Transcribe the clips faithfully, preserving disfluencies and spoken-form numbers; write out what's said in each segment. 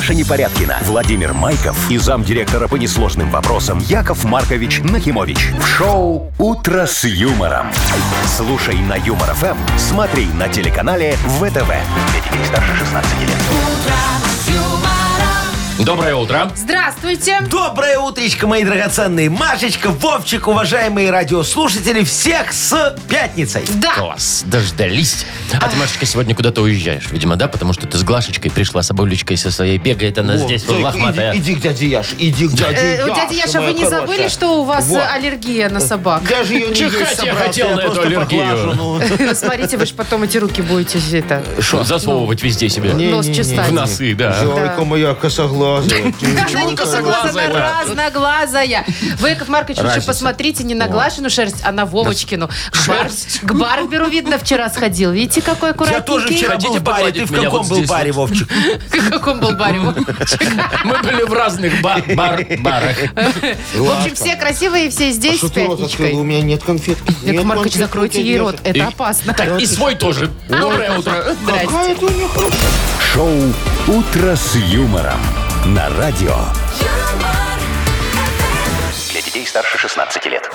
Маша Непорядкина, Владимир Майков и замдиректора по несложным вопросам Яков Маркович Нахимович. В шоу «Утро с юмором». Слушай на Юмор ФМ, смотри на телеканале ВТВ. Для детей старше шестнадцати лет. Доброе утро. Здравствуйте. Доброе утречко, мои драгоценные. Машечка, Вовчик, уважаемые радиослушатели, всех с пятницей. Да. Класс, дождались. А ты, Машечка, сегодня куда-то уезжаешь, видимо, да? Потому что ты с Глашечкой пришла, с Абулечкой со своей. Бегает она О, здесь, зайка, лохматая. Иди, иди к дяде Яш, иди к дяде Э, Яш. Дядя Яша, вы моя не забыли, хорошая. что у вас Вот. э, аллергия на собак? Я же ее не Чихать есть я собрался, хотел я на эту просто аллергию. поглажу, ну. Смотрите, вы же потом эти руки будете это... Что, засовывать везде себе? Не, Нос не, не, чесать. В носы, да. Зайка моя косоглазая. Она не косоглазая, она разноглазая. Вы, Яков Маркович, лучше Разница. посмотрите не на Глашину шерсть, а на Вовочкину. К, бар- к барберу, видно, вчера сходил. Видите, какой Я тоже аккуратненький. вчера был Хотите в баре. погладить Ты в меня каком вот был здесь баре, вот? Вовчик? В каком был баре, Вовчик? Мы были в разных ба- бар- барах. В общем, все красивые, все здесь с Что ты рот открыла? У пятничкой. меня нет конфетки. Яков Нет Маркович, конфетки, закройте у тебя ей нет. рот. Это опасно. Так, и свой тоже. Доброе утро. Здрасте. Какая ты у меня хорошая. Шоу «Утро с юмором» на радио. Для детей старше шестнадцати лет.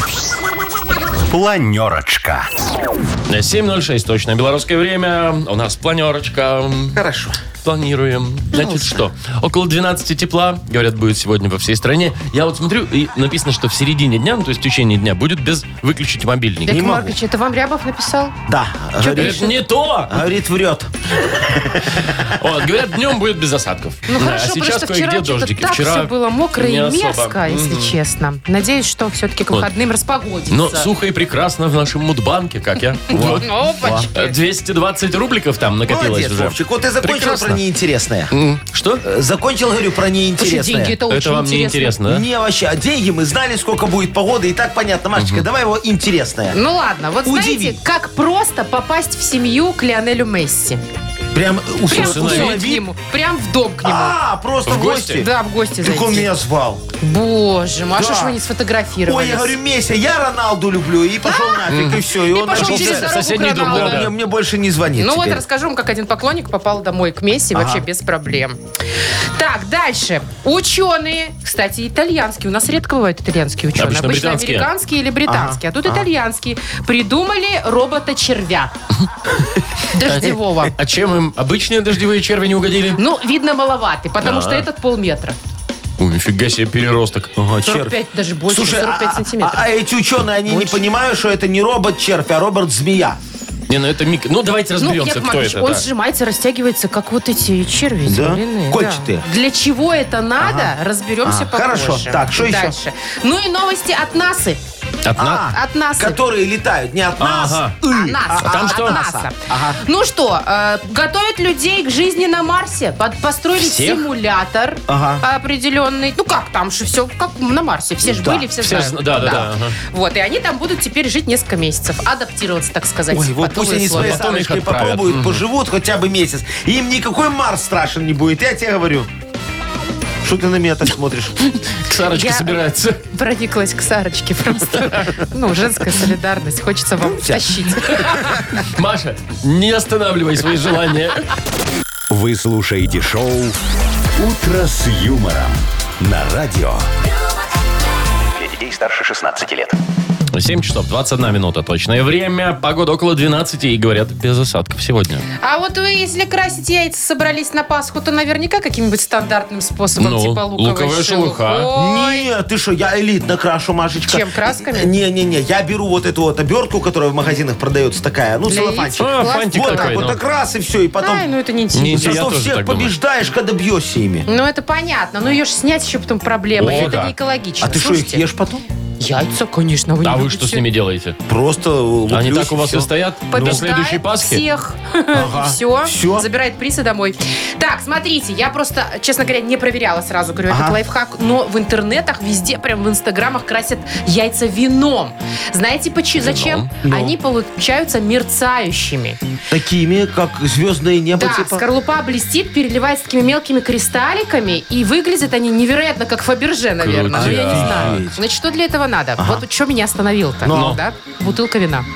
Планерочка. семь ноль шесть точно. Белорусское время. У нас планерочка. Хорошо. Планируем. Значит, что? Около двенадцати тепла, говорят, будет сегодня во всей стране. Я вот смотрю, и написано, что в середине дня, ну, то есть в течение дня, будет без выключить мобильник. Яков могу. Маркович, это вам Рябов написал? Да. Говорит, Это не то! говорит, врет. Вот, говорят, днем будет без осадков. Ну Да, хорошо, а сейчас просто вчера кое-где что-то дождики. так Вчера все было мокро не и особо. мерзко, если Мгм. честно. Надеюсь, что все-таки к Вот. выходным распогодится. Но сухо и прекрасно в нашем мудбанке, как я. Вот. Опачки. двести двадцать рубликов там накопилось Молодец, уже. Вовчик. Вот ты закончил Прекрасно. про неинтересное. М, Что? Э, Закончил, говорю, про Слушай, неинтересное. деньги это очень Это вам не интересно, да? Не вообще. А деньги мы знали, сколько будет погода. И так понятно. Машечка, давай его интересное. Ну ладно, вот Удиви. знаете, как просто попасть в семью к Лионелю Месси? Прям у Прям в дом к усыновить? нему. Прям в дом к нему. А, просто В в гости? гости? Да, в гости Так он зайти. меня звал. Боже мой, а что Да. ж вы не сфотографировались? Ой, я говорю, Месси, я Роналду люблю. И пошел нафиг, и все. И, И он пошел начал- через дорогу соседний к дом, Роналду. да. Мне, мне больше не звонит Ну вот теперь. расскажу вам, как один поклонник попал домой к Месси вообще без проблем. Так, дальше. Ученые, кстати, итальянские. У нас редко бывают итальянские ученые. Обычно британские. американские или британские. А тут итальянские. Придумали робота-червя. Дождевого. А чем им обычные дождевые черви не угодили? Ну, видно, маловатый, потому А. что этот полметра. Ой, нифига себе переросток. Ага, сорок червь. пять, даже больше, Слушай, сорок пять а- сантиметров. А, а эти ученые, они не понимают, что это не робот-червь, а робот-змея. Не, ну это мик... Ну, давайте Ну, разберемся, Яков кто Маркович, это. он да. сжимается, растягивается, как вот эти черви Да? земляные. Кольчатые. Да. Для чего это надо, разберемся А, попозже. хорошо. Так, что еще? Дальше. Ну и новости от НАСА. От на- От НАСА. Которые летают не от нас, Ага. и, А, НАСА. А там от что? НАСА. Ага. Ну что, э, готовят людей к жизни на Марсе. Под- построили Всех? симулятор Ага. определенный. Ну как там же все, как на Марсе. Все же Да. были, все, Все знают. зна- да, да, да, ага. Вот, и они там будут теперь жить несколько месяцев. Адаптироваться, так сказать. Ой, вот под пусть новые они условия. своей Потом их Сарочкой отправят. попробуют, Мгм. поживут хотя бы месяц. И им никакой Марс страшен не будет, я тебе говорю. Что ты на меня так смотришь? Сарочка Я- собирается. Прониклась к Сарочке просто. Ну, женская солидарность. Хочется вам втащить. Маша, не останавливай свои желания. Вы слушаете шоу «Утро с юмором» на радио. Для детей старше шестнадцати лет. семь часов двадцать одна минута точное время. Погода около двенадцати и, говорят, без осадков сегодня. А вот вы, если красить яйца собрались на Пасху, то наверняка каким-нибудь стандартным способом, Ну, типа луковой, луковая шелуха. Ой. Не, ты что, я элитно крашу, Машечка. Чем, красками? Не-не-не, я беру вот эту вот обертку, которая в магазинах продается такая, ну, Для целлофанчик. яиц? А, Пластик фантик Вот такой, так вот, ну. так раз и все, и потом... Ай, ну это не Не интересно. интересно. Я Зато тоже всех так думаю. побеждаешь, когда бьешься ими. Ну это понятно, но ее же снять еще потом проблема. О, И это да. не экологично. А ты что, их Слушайте, ешь потом? Яйца, конечно. Вы не А вы любите? что с ними делаете? Просто луплюсь Они так у вас всё. и стоят до Побеждает следующей Пасхи? всех. Ага. Все. Всё. Забирает призы домой. Так, смотрите, я просто, честно говоря, не проверяла сразу, говорю, Ага. этот лайфхак, но в интернетах везде, прям в инстаграмах красят яйца вином. Знаете почему? Зачем? Ну. Они получаются мерцающими. Такими, как звездное небо, Да, типа. скорлупа блестит, переливается такими мелкими кристалликами, и выглядят они невероятно, как Фаберже, наверное. Но я не Крутяк. знаю. Значит, что для этого надо? Вот что меня остановило-то, Ну. да? Бутылка вина.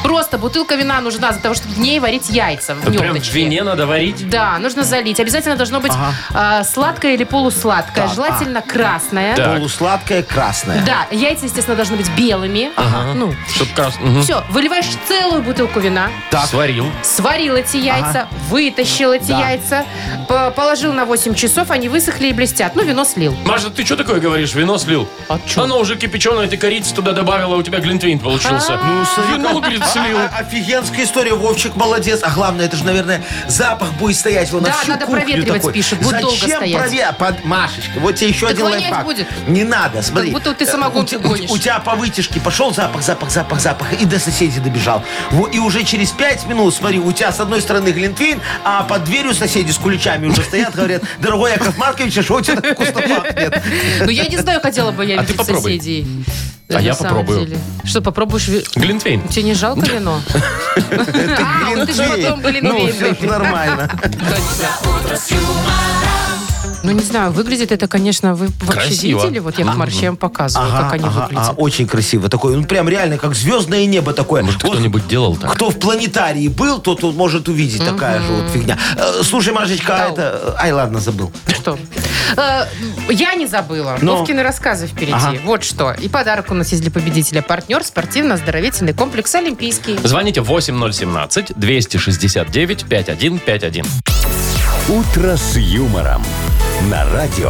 Просто бутылка вина нужна для того, чтобы в ней варить яйца в Прям в неточке. вине надо варить? Да, нужно залить. Обязательно должно быть а, сладкое или полусладкое. Так, Желательно красное. Да. Полусладкое, красное. Да, яйца, естественно, должны быть белыми. Ну, Чтоб крас... Мгм. все, выливаешь целую бутылку вина, Так. Сварил. сварил эти яйца, вытащил эти Да. яйца, по- положил на восемь часов, они высохли и блестят. Ну, вино слил. Маша, ты что такое говоришь? Вино слил? А чё? Оно уже кипяченое, ты корицы туда добавила, у тебя глинтвейн получился. Ну, Вино, говорит, слил. А- а- Офигенская история, Вовчик молодец. А главное, это же, наверное, запах будет стоять вот на Да, всю надо кухню проветривать, такой. пишет, будет долго Зачем стоять. прове- Под... Машечка, вот тебе еще Так один вонять лайфхак. будет. Не надо, смотри. будто ты Э, самогонку у, те- у- гонишь. у тебя по вытяжке пошел запах, запах, запах, запах, и до соседей добежал. Во, и уже через пять минут, смотри, у тебя с одной стороны глинтвейн, а под дверью соседи с куличами уже стоят, говорят: дорогой Яков Маркович, а что у тебя так вкусно пахнет? Ну, я не знаю, хотела бы я А ты видеть попробуй. соседей. А На я самом попробую. деле. Что, попробуешь? ви- Глинтвейн. Тебе не жалко вино? А, вот ты же потом Ну, глинтвейн все выпьешь. нормально. Ну, не знаю, выглядит это, конечно, вы вообще Красиво. видели? Вот я в Марше я вам показываю, Ага, как они ага, выглядят. ага, очень красиво. Такой, ну прям реально как звездное небо такое. Может, Вот кто-нибудь делал так? кто в планетарии был, тот вот может увидеть такая же вот фигня. Э, Слушай, Машечка, а Да. это... Ай, ладно, забыл. Что? Э, Я не забыла. Ну? Вовкины рассказы впереди. Ага. Вот что. И подарок у нас есть для победителя. Партнер спортивно-оздоровительный комплекс «Олимпийский». Звоните восемь ноль семнадцать двести шестьдесят девять пятьдесят один пятьдесят один. «Утро с юмором» на радио.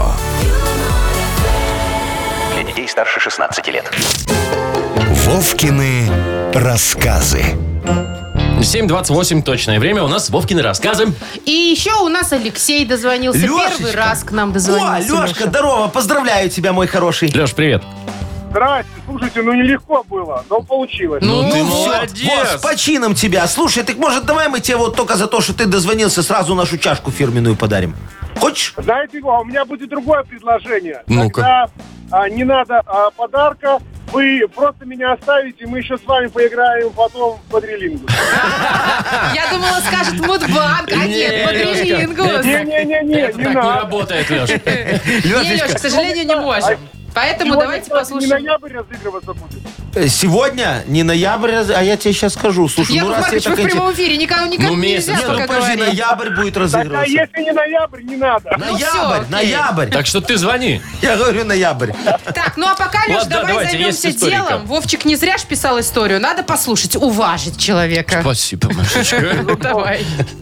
Для детей старше шестнадцати лет. Вовкины рассказы. семь двадцать восемь точное время. У нас Вовкины рассказы. И еще у нас Алексей дозвонился. Лешечка. Первый раз к нам О, дозвонился. Лешка, Леша. здорово, поздравляю тебя, мой хороший. Леш, привет. Здрасте, слушайте, ну нелегко было, но получилось. Ну, ты всё, молодец. вот, с почином тебя. Слушай, так может давай мы тебе вот только за то, что ты дозвонился, сразу нашу чашку фирменную подарим? Хочешь? Знаете, а у меня будет другое предложение. Ну-ка. Тогда а, не надо а, подарка, вы просто меня оставите, мы еще с вами поиграем потом в квадрилингус. Я думала, скажет Мудбанк, а нет, Не, Бодрилингус. Лешка, Не-не-не, Это не так не надо. работает, Леш. Не, Леш, к сожалению, не можем. Поэтому Сегодня, давайте кстати, послушаем. Не ноябрь разыгрываться будет. Э, Сегодня не ноябрь, а я тебе сейчас скажу. Слушай, ну Яков раз тебе Маркович, вы так в инте- прямом эфире, никому никак Ну, месяц, нельзя, да. Не, ну пока подожди, говорим. ноябрь будет Так, а разыгрываться. если не ноябрь, не надо. Ну, всё, Ноябрь, окей. ноябрь. Так что ты звони. Я говорю ноябрь. Так, ну а пока, Леш, Ладно, давай давайте, есть займемся историка. делом. Вовчик не зря ж писал историю. Надо послушать, уважить человека. Спасибо, Машечка. Давай.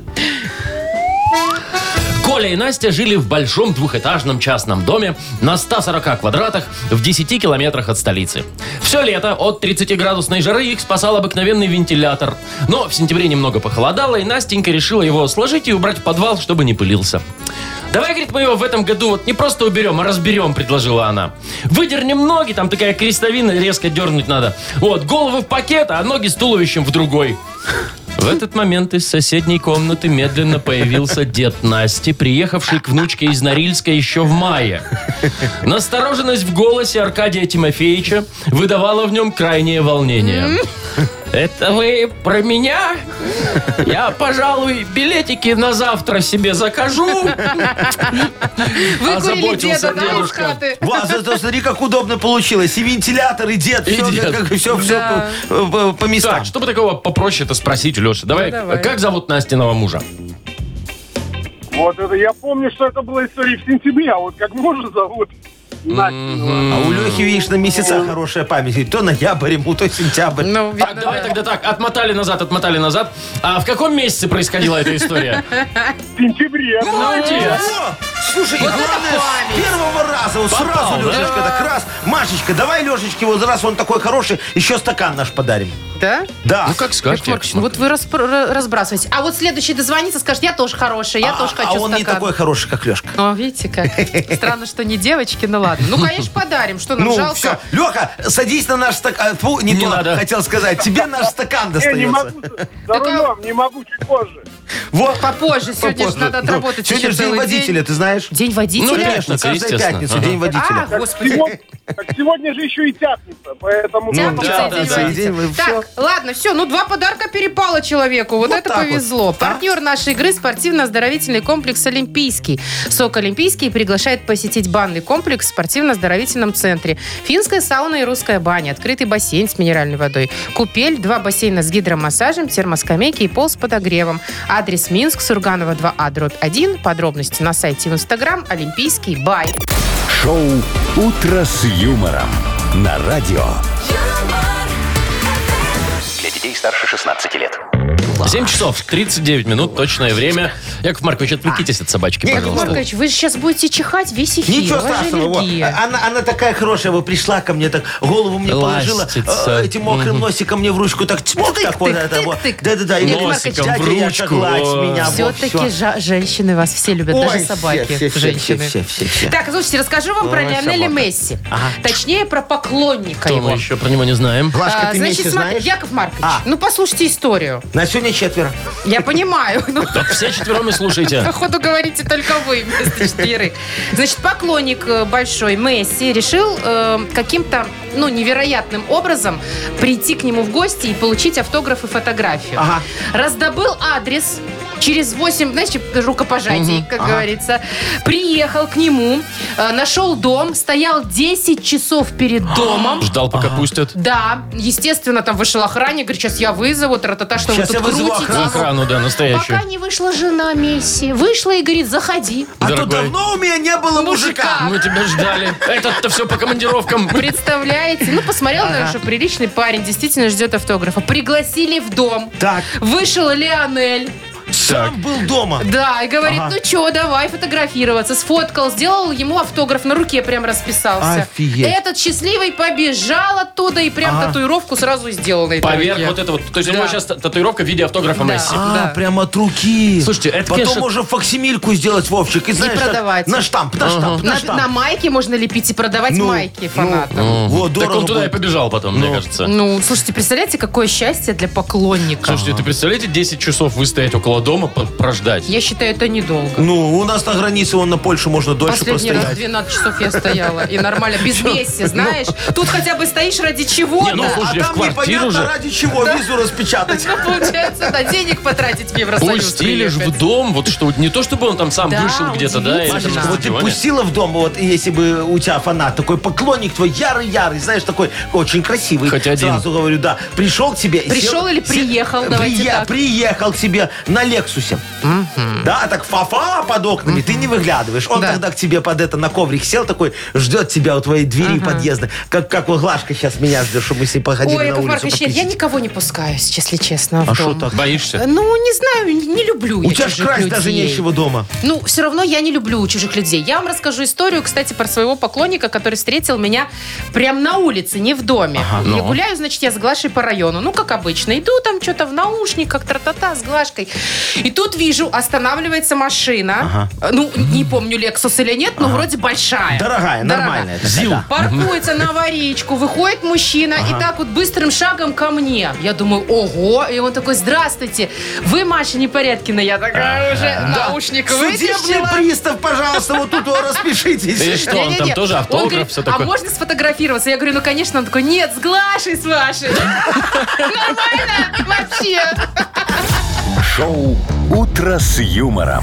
Коля и Настя жили в большом двухэтажном частном доме на ста сорока квадратах в десяти километрах от столицы. Все лето от тридцатиградусной жары их спасал обыкновенный вентилятор. Но в сентябре немного похолодало, и Настенька решила его сложить и убрать в подвал, чтобы не пылился. «Давай, говорит, мы его в этом году вот не просто уберем, а разберем», предложила она. «Выдернем ноги, там такая крестовина, резко дернуть надо. Вот, голову в пакет, а ноги с туловищем в другой». В этот момент из соседней комнаты медленно появился дед Насти, приехавший к внучке из Норильска еще в мае. Настороженность в голосе Аркадия Тимофеевича выдавала в нем крайнее волнение. «Это вы про меня? Я, пожалуй, билетики на завтра себе закажу». Выкурили Озаботился деда, да, из дедушка. хаты. Вот, зато смотри, как удобно получилось. И вентилятор, и дед. И все, дед. Как, все, Да. все по, по местам. Так, чтобы такого попроще-то спросить, Леша. Давай, Ну, давай. как зовут Настиного мужа? Вот это, я помню, что это была история в сентябре, а вот как мужа зовут Настиного. А у Лехи, видишь, на месяца хорошая память. То ноябрь ему, то сентябрь. Ну, Так, видно, давай да. тогда так, отмотали назад, отмотали назад. А в каком месяце происходила эта история? В сентябре. Молодец. О, слушай, Вот и главное, это с память. первого раза, вот Попал, сразу, да? Лешечка, так раз. Машечка, давай Лешечке, вот раз он такой хороший, еще стакан наш подарим. Да? Да. Ну, как скажете. Яков Маркович, ну вот вы распро- разбрасываете. А вот следующий дозвонится, скажет, я тоже хорошая, я а, тоже а хочу он не стакан. такой хороший, как Лешка. О, видите как. Странно, что не девочки, ну ладно. Ну, конечно, подарим, что нам Ну, жалко. все. Леха, садись на наш стакан. Фу, не, Не то надо. хотел сказать. Тебе наш стакан Я не достается. могу, за рулем, не могу, чуть позже. Вот. Попозже. Сегодня же Попозже. надо отработать Сегодня еще же день целый водителя, день. ты знаешь? День Ну, водителя? реально. Конечно, Пятница, каждую естественно. пятницу Ага. день водителя. А, господи. Сегодня, так сегодня же еще и тяпница, поэтому... Тяпница Ну, да, и да, день да. водителя. День вы- всё. Так, ладно, все, ну два подарка перепало человеку. Вот, Вот это так вот. повезло. А? Партнер нашей игры — спортивно-оздоровительный комплекс «Олимпийский». СОК «Олимпийский» приглашает посетить банный комплекс в спортивно-оздоровительном центре. Финская сауна и русская баня, открытый бассейн с минеральной водой, купель, два бассейна с гидромассажем, термоскамейки и пол с подогревом. Адрес: Минск, Сурганова два А, дробь один. Подробности на сайте в Инстаграм «Олимпийский бай». Шоу «Утро с юмором» на радио. Для детей старше шестнадцати лет. семь часов тридцать девять минут, точное время. Яков Маркович, отвлекитесь от собачки, Нет, пожалуйста. Маркович, вы же сейчас будете чихать весь эфир. Ничего у вас же страшного. вот. аллергия. Она, она такая хорошая, вот пришла ко мне, так голову мне положила, Ластится. э, этим мокрым носиком мне в ручку, так чмок, так вот это вот. тык. Да-да-да. И Яков говорит, Маркович, дядя, в я ручку, гладь о. меня. вот, Все-таки всё. женщины вас все любят, даже Ой, собаки. все, все, женщины. все, все, все, все. Так, слушайте, расскажу вам про Ой, Лионеля собака. Месси. Ага. Точнее, про поклонника Что его. мы еще про него не знаем? Глашка, А, ты значит, Месси смотри, знаешь? Яков Маркович, А. ну послушайте историю. На сегодня четверо. Я понимаю, ну, Так все четвером и слушайте. походу говорите только вы вместо четверых. Значит, поклонник э, большой Месси решил э, каким-то, ну, невероятным образом прийти к нему в гости и получить автограф и фотографию. Ага. Раздобыл адрес через восемь, знаете, рукопожатий, как говорится. Приехал к нему, э, нашел дом, стоял десять часов перед домом. Ждал, пока пустят. Да, естественно, там вышел охранник, говорит, сейчас я вызову, тра-та-та, что Щас вы я тут вызову крутите. охрану. Охрану, да, настоящую. Пока не вышла жена Месси. Вышла и говорит, заходи. А то Дорогой. давно у меня не было мужика. Мы тебя ждали. Это-то все по командировкам. Представляете? Ну, посмотрел, наверное, что приличный парень действительно ждет автографа. Пригласили в дом. Так, Вышел Лионель. сам был дома. Да, и говорит, Ага. ну что, давай фотографироваться. Сфоткал, сделал ему автограф, на руке прям расписался. Офигеть. Этот счастливый побежал оттуда и прям Ага. татуировку сразу сделал на этой Поверх руке. вот это вот. То есть у Да. него сейчас татуировка в виде автографа Да. Месси. А, Да. прям от руки. Слушайте, это, Потом конечно- можно факсимильку сделать, Вовчик, и, знаешь, так продавать. на штамп, на штамп, на На, штамп. на майке можно лепить и продавать Ну, майки ну, фанатам. Вот, Так дорого он туда и будет. побежал потом, мне кажется. Ну, слушайте, представляете, какое счастье для поклонника. Слушайте, ты представляете, десять часов выстоять около дома, по- прождать? Я считаю, это недолго. Ну, у нас на границе, вон на Польшу можно дольше Последний раз простоять. двенадцать часов я стояла. И нормально, без Месси, знаешь. Тут хотя бы стоишь ради чего-то. Не, ну, слушай, А в там квартиру непонятно же. ради чего визу распечатать. Ну, получается, да, денег потратить в Евросоюз Пустили ж в приехать. дом, вот что, не то чтобы он там сам Да, вышел где-то, да, или там удивительно. на Вот ты стадионе. пустила в дом, вот если бы у тебя фанат, такой поклонник твой, ярый-ярый, знаешь, такой очень красивый. Хоть один. Сразу говорю, да. Пришел к тебе. Пришел сел- или сел- приехал, давайте Прие- так. Приехал к тебе на Лексусе. Да, так фа-фа под окнами, ты не выглядываешь. Он Да. тогда к тебе под это на коврик сел такой, ждет тебя у твоей двери подъезда. Как, как вот Глашка сейчас меня ждет, чтобы мы с ней походили Ой, на Яков улицу. Маркович, нет, я пописать. никого не пускаю, если честно, в А дом. что так? Боишься? Ну, не знаю, не люблю У я тебя ж чужих красть даже людей. нечего дома. Ну, все равно я не люблю чужих людей. Я вам расскажу историю, кстати, про своего поклонника, который встретил меня прям на улице, не в доме. Я ну. гуляю, значит, я с Глашей по району. Ну, как обычно. Иду там что-то в наушниках, тра-та-та, с Глашкой. И тут вижу, останавливается машина. Ну, не помню, Лексус или нет, но вроде большая. Дорогая, нормальная. такая, Зил. да. Паркуется на аварийку, выходит мужчина и так вот быстрым шагом ко мне. Я думаю, ого. И он такой, здравствуйте, вы Маша Непорядкина. Я такая уже наушник Судебный вытащила. пристав, пожалуйста, вот тут распишитесь. И что, он там Не-не-не. тоже Он автограф, говорит, все а такое? можно сфотографироваться? Я говорю, ну, конечно. Он такой, нет, с Глашей, с вашей. Нормально? Вообще. Шоу «Утро с юмором».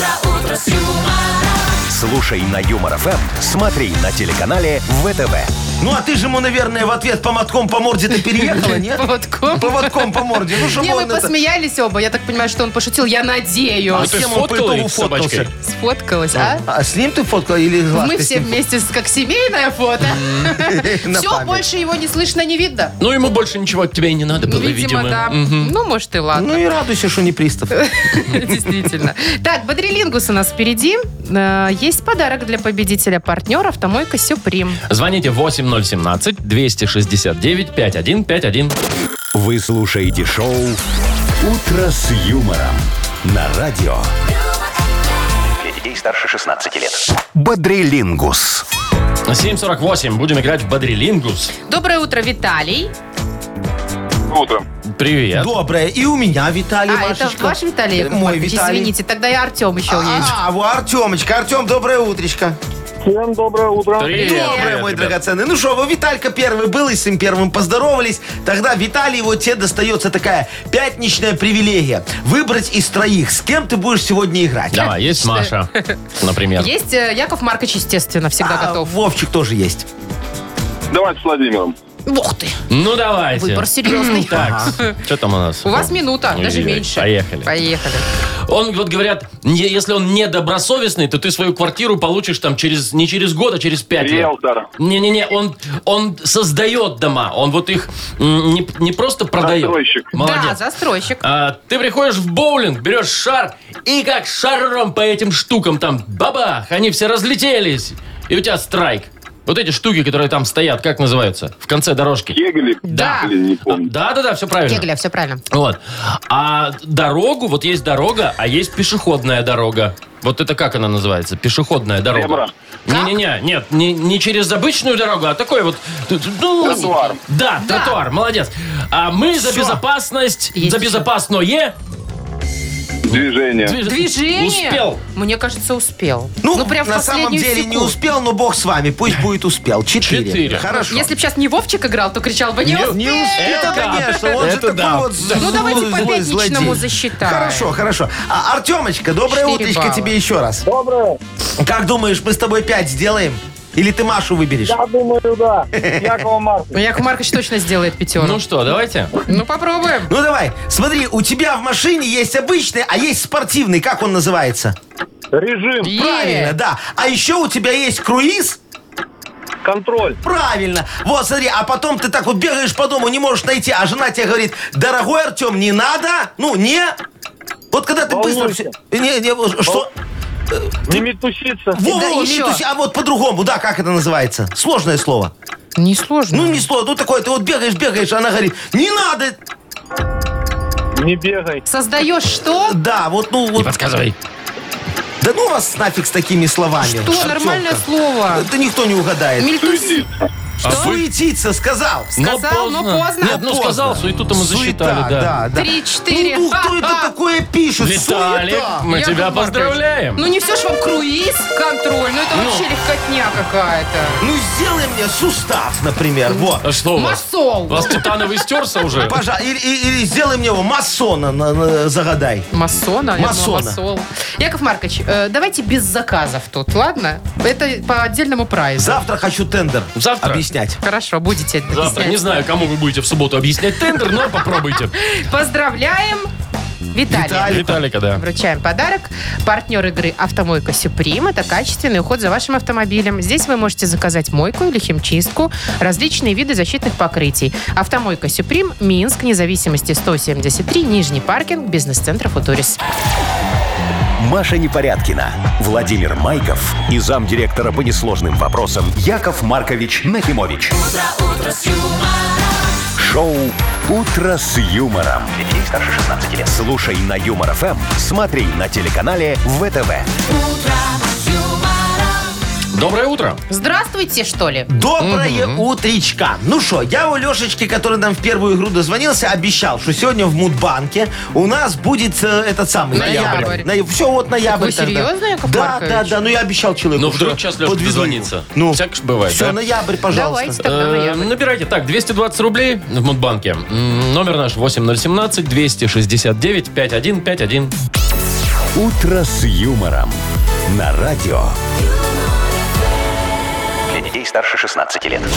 Слушай на Юмор ФМ, смотри на телеканале ВТВ. Ну, а ты же ему, наверное, в ответ поводком по морде ты переехала, нет? Поводком. Поводком по морде. Ну, чтобы Не, мы он это... посмеялись оба. Я так понимаю, что он пошутил. Я надеюсь. А с ты кем он по сфоткала итогу их с собачкой? фоткался? Сфоткалась, а? А с ним ты фоткала или Глашка Мы с все ним? вместе, с- как семейное фото. На Все, память. больше его не слышно, не видно. Ну, ему больше ничего от тебя и не надо было, Видимо, видимо. да. Мгм. Ну, может, и ладно. Ну и радуйся, что не пристав. Действительно. Так, Бодрилингус у нас впереди. Э, Есть подарок для победителя. Партнер «Автомойка Сюприм». Звоните восемь ноль семнадцать двести шестьдесят девять пятьдесят один пятьдесят один. Вы слушаете шоу «Утро с юмором» на радио. Для детей старше шестнадцати лет. Бодрилингус. семь сорок восемь. Будем играть в Бодрилингус. Доброе утро, Виталий. Утро. Привет. Доброе. И у меня Виталий, А, это Машечка. ваш Виталий Яков Мой Маркович? Виталий. Извините, тогда я Артем еще есть. А, во, Артемочка. Артем, доброе утречко. Всем доброе утро. Привет. Доброе, Привет, мой ребят. драгоценный. Ну что, вы Виталька первый был, и с ним первым поздоровались. Тогда, Виталий, вот тебе достается такая пятничная привилегия. Выбрать из троих, с кем ты будешь сегодня играть. Давай, есть Маша, например. Есть э, Яков Маркович, естественно, всегда А, готов. Вовчик тоже есть. Давайте с Владимиром. Ух ты, Ну, давайте. выбор серьезный. Так, что там у нас? У вас минута, даже Ой-ой-ой, меньше. Поехали. Поехали. Он, вот говорят, не- если он недобросовестный, то ты свою квартиру получишь там через не через год, а через пять лет. Риэлтор. Не-не-не, он, он создает дома, он вот их м, не, не просто продает. Застройщик. Молодец. Да, застройщик. А, ты приходишь в боулинг, берешь шар, и как шаром по этим штукам там бабах, они все разлетелись, и у тебя страйк. Вот эти штуки, которые там стоят, как называются? В конце дорожки. Кегли. Да. Или не помню. Да-да-да, все правильно. Кегля, все правильно. Вот. А дорогу, вот есть дорога, а есть пешеходная дорога. Вот это как она называется? Пешеходная дорога. Зебра. Не-не-не, нет, не, не через обычную дорогу, а такой вот... ну, Тротуар. Да, тротуар, молодец. А мы за Всё. безопасность, Есть за еще. безопасное... Движение. движ- Движение? Успел. Мне кажется, успел. Ну, прям в на самом последнюю деле не секунду. успел, но бог с вами. Пусть будет успел. Четыре. Четыре. Хорошо. Если бы сейчас не Вовчик играл, то кричал бы не, Не- успел. Не успел, Это да. конечно. Он же Это такой да. вот Ну, злой, давайте по злой пятничному злодей. засчитаем. Хорошо, хорошо. А, Артемочка, доброе Четыре утречко балла. тебе еще раз. Доброе. Как думаешь, мы с тобой пять сделаем? Или ты Машу выберешь? Я думаю, да. Якова Марка. Ну, Яков Маркович точно сделает пятерку. Ну что, давайте. Ну, попробуем. Ну давай, смотри, у тебя в машине есть обычный, а есть спортивный. Как он называется? Режим. Е. Правильно, да. А еще у тебя есть круиз? Контроль. Правильно. Вот, смотри, а потом ты так вот бегаешь по дому, не можешь найти, а жена тебе говорит: дорогой Артем, не надо. Ну, не. Вот когда ты быстро Волнуйся. все... Не, не, что? Не метуситься. Во, Да, во, не еще. туси, а вот по-другому, да, как это называется? Сложное слово. Несложно. Ну, не сложно, ну такое, ты вот бегаешь, бегаешь, а она говорит: не надо. Не бегай. Создаешь что? Да, вот, ну, Не вот. подсказывай. Да ну вас нафиг с такими словами. Что? Артемка. Нормальное слово. Это никто не угадает. Мельтуси. А вы- Суетиться, сказал. Но Сказал, но поздно. Нет, ну Поздно. сказал, суету-то мы Суета, засчитали, да. да. Три-четыре. Ну, ну, кто это Ха-ха. такое пишет? Виталик, Суета. мы Яков тебя Маркович. поздравляем. Ну не все ж вам круиз, контроль. Ну это вообще легкотня какая-то. Ну, сделай мне сустав, например. Вот. А что у вас? Масол. У вас титановый стерся уже? Пожалуйста. Или, или- или сделай мне его масона, на- на- загадай. Масона? Я думала, Масона. масол. Яков Маркович, э, давайте без заказов тут, ладно? Это по отдельному прайзу. Завтра хочу тендер Завтра? объяснять. Хорошо, будете Завтра. объяснять. Не знаю, кому вы будете в субботу объяснять тендер, но попробуйте. Поздравляем Виталия. Виталий. Виталика, да. Вручаем подарок. Партнер игры «Автомойка Сюприм» — это качественный уход за вашим автомобилем. Здесь вы можете заказать мойку или химчистку, различные виды защитных покрытий. «Автомойка Сюприм», Минск, независимости сто семьдесят три, Нижний паркинг, бизнес-центр «Футурис». Маша Непорядкина, Владимир Майков и замдиректора по несложным вопросам Яков Маркович Нахимович. Шоу «Утро с юмором». Для детей старше шестнадцати лет. Слушай на Юмор ФМ, смотри на телеканале ВТВ. Доброе утро. Здравствуйте, что ли? Доброе утречка. Ну что, я у Лешечки, который нам в первую игру дозвонился, обещал, что сегодня в Мудбанке у нас будет э, этот самый Ноябрь. все, вот ноябрь. вы тогда. серьезно, Яков Да, Маркович? да, да. Ну я обещал человеку. Ну, вдруг что сейчас Лешка подведу дозвонится. его. Ну, Всяко ж бывает, все, да? ноябрь, пожалуйста. Давайте тогда Э, ноябрь. Набирайте. Так, двести двадцать рублей в Мудбанке. М, Номер наш восемь ноль один семь двести шестьдесят девять пятьдесят один пятьдесят один. «Утро с юмором» на радио. Для детей старше шестнадцати лет.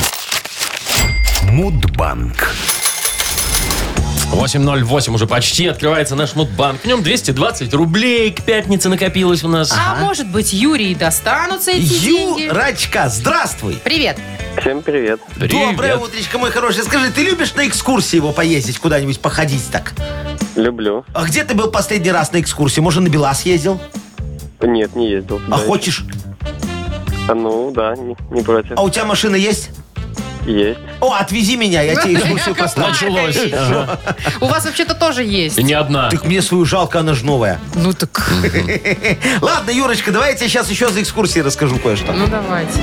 Мудбанк. восемь ноль восемь уже почти открывается наш Мудбанк. В нем двести двадцать рублей к пятнице накопилось у нас. А может быть, Юрий достанутся эти деньги? Юрочка, здравствуй. Привет. Всем привет. Привет. Доброе утречко, мой хороший. Скажи, ты любишь на экскурсии его поездить, куда-нибудь походить так? Люблю. А где ты был последний раз на экскурсии? Может, на Белас ездил? Нет, не ездил. А туда еще. хочешь? А ну, да, не, не против. А у тебя машина есть? Есть. О, отвези меня, я тебе экскурсию Яков поставлю. Началось. Маркович. Ага. У вас вообще-то тоже есть. И не одна. Так мне свою жалко, она же новая. Ну так, Ладно, Юрочка, давай я тебе сейчас еще за экскурсии расскажу кое-что. ну давайте.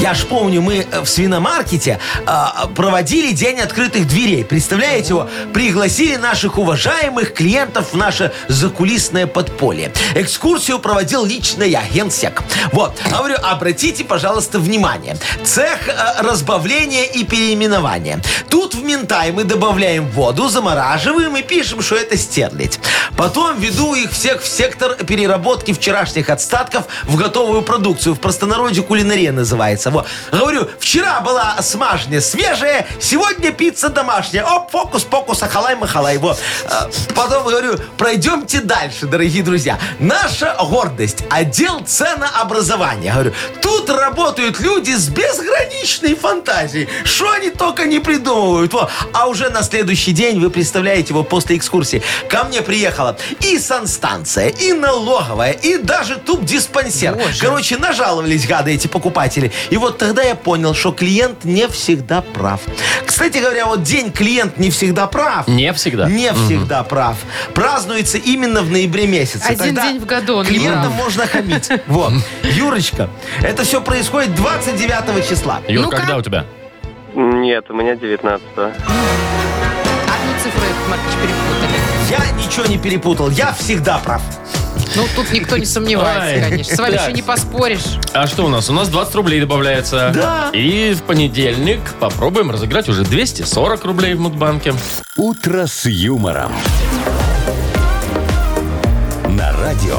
Я ж помню, мы в свиномаркете а, проводили день открытых дверей. Представляете его? Пригласили наших уважаемых клиентов в наше закулисное подполье. Экскурсию проводил лично я, генсек. Вот. Говорю, обратите, пожалуйста, внимание. Цех а, разбавления и переименования. Тут в Минтай мы добавляем воду, замораживаем и пишем, что это стерлядь. Потом веду их всех в сектор переработки вчерашних остатков в готовую продукцию. В простонародье кулинария называется. Вот. Говорю, вчера была смажня свежая, сегодня пицца домашняя. Оп, фокус-покус, ахалай-махалай. Вот. Потом говорю, пройдемте дальше, дорогие друзья. Наша гордость. Отдел ценообразования. Говорю, тут работают люди с безграничной фантазией. Что они только не придумывают. Вот. А уже на следующий день, вы представляете, его после экскурсии, ко мне приехала и санстанция, и налоговая, и даже тубдиспансер. Боже. Короче, нажаловались гады эти покупатели. И вот тогда я понял, что клиент не всегда прав. Кстати говоря, вот день клиент не всегда прав. Не всегда. Не всегда прав. Празднуется именно в ноябре месяце. Один Тогда день в году он не клиентам прав. можно хамить. Вот. Юрочка, это все происходит двадцать девятого числа. Юр, Ну-ка. когда у тебя? Нет, у меня девятнадцатого. Одну цифру, Яков Маркович, перепутали. Я ничего не перепутал. Я всегда прав. Ну, тут никто не сомневается, Ой, конечно. С вами так. еще не поспоришь. А что у нас? У нас двадцать рублей добавляется. Да. И в понедельник попробуем разыграть уже двести сорок рублей в Мудбанке. «Утро с юмором». На радио.